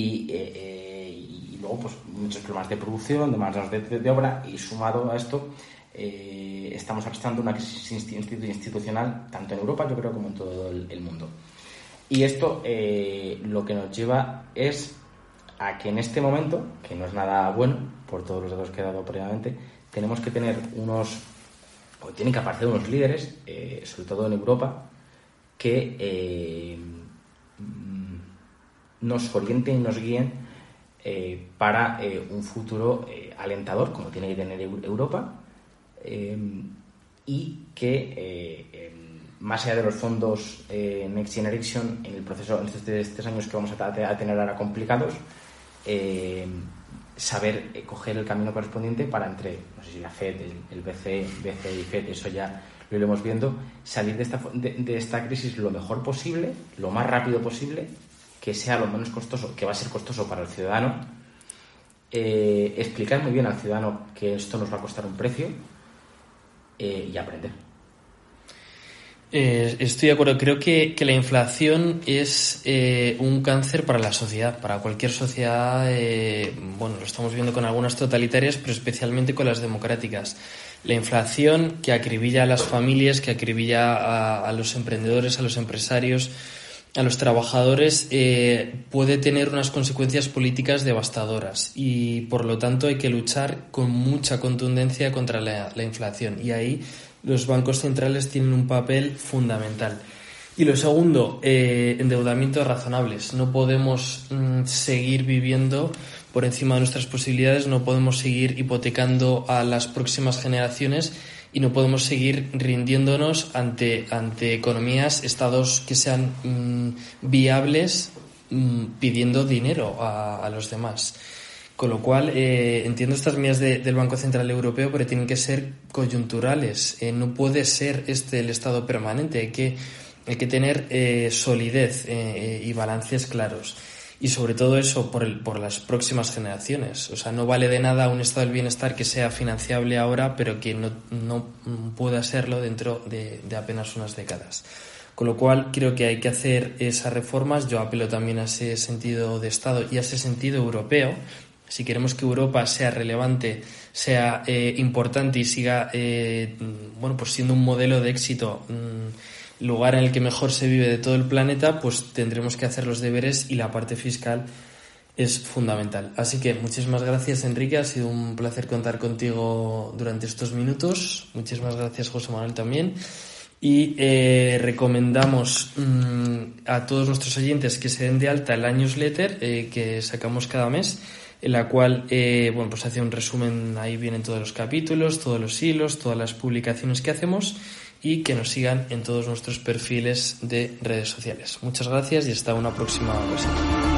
y luego pues muchos problemas de producción, de manos de obra, y sumado a esto estamos arrastrando una crisis institucional tanto en Europa, yo creo, como en todo el mundo. Y esto lo que nos lleva es a que en este momento, que no es nada bueno por todos los datos que he dado previamente, tenemos que tener tienen que aparecer unos líderes, sobre todo en Europa, que nos orienten y nos guíen para un futuro alentador, como tiene que tener Europa, y que más allá de los fondos Next Generation, en el proceso, en estos 3 años que vamos a tener ahora complicados, saber coger el camino correspondiente para entre, no sé si la FED, el BCE y FED, eso ya lo iremos viendo, salir de esta crisis lo mejor posible, lo más rápido posible, que sea lo menos costoso, que va a ser costoso para el ciudadano, explicar muy bien al ciudadano que esto nos va a costar un precio y aprender. Estoy de acuerdo. Creo que la inflación es un cáncer para la sociedad, para cualquier sociedad. Lo estamos viendo con algunas totalitarias, pero especialmente con las democráticas. La inflación que acribilla a las familias, que acribilla a los emprendedores, a los empresarios, a los trabajadores, puede tener unas consecuencias políticas devastadoras y, por lo tanto, hay que luchar con mucha contundencia contra la inflación. Y ahí los bancos centrales tienen un papel fundamental. Y lo segundo, endeudamientos razonables. No podemos seguir viviendo por encima de nuestras posibilidades, no podemos seguir hipotecando a las próximas generaciones y no podemos seguir rindiéndonos ante economías, estados que sean viables pidiendo dinero a los demás. Con lo cual, entiendo estas medidas del Banco Central Europeo, pero tienen que ser coyunturales. No puede ser el estado permanente. Hay que tener solidez y balances claros. Y sobre todo eso por las próximas generaciones. O sea, no vale de nada un estado del bienestar que sea financiable ahora, pero que no pueda serlo dentro de apenas unas décadas. Con lo cual, creo que hay que hacer esas reformas. Yo apelo también a ese sentido de Estado y a ese sentido europeo. Si queremos que Europa sea relevante, sea importante y siga siendo un modelo de éxito, lugar en el que mejor se vive de todo el planeta, pues tendremos que hacer los deberes y la parte fiscal es fundamental. Así que muchísimas gracias, Enrique, ha sido un placer contar contigo durante estos minutos. Muchísimas gracias, José Manuel, también. Y recomendamos a todos nuestros oyentes que se den de alta en la newsletter que sacamos cada mes, en la cual hace un resumen, ahí vienen todos los capítulos, todos los hilos, todas las publicaciones que hacemos, y que nos sigan en todos nuestros perfiles de redes sociales. Muchas gracias y hasta una próxima ocasión.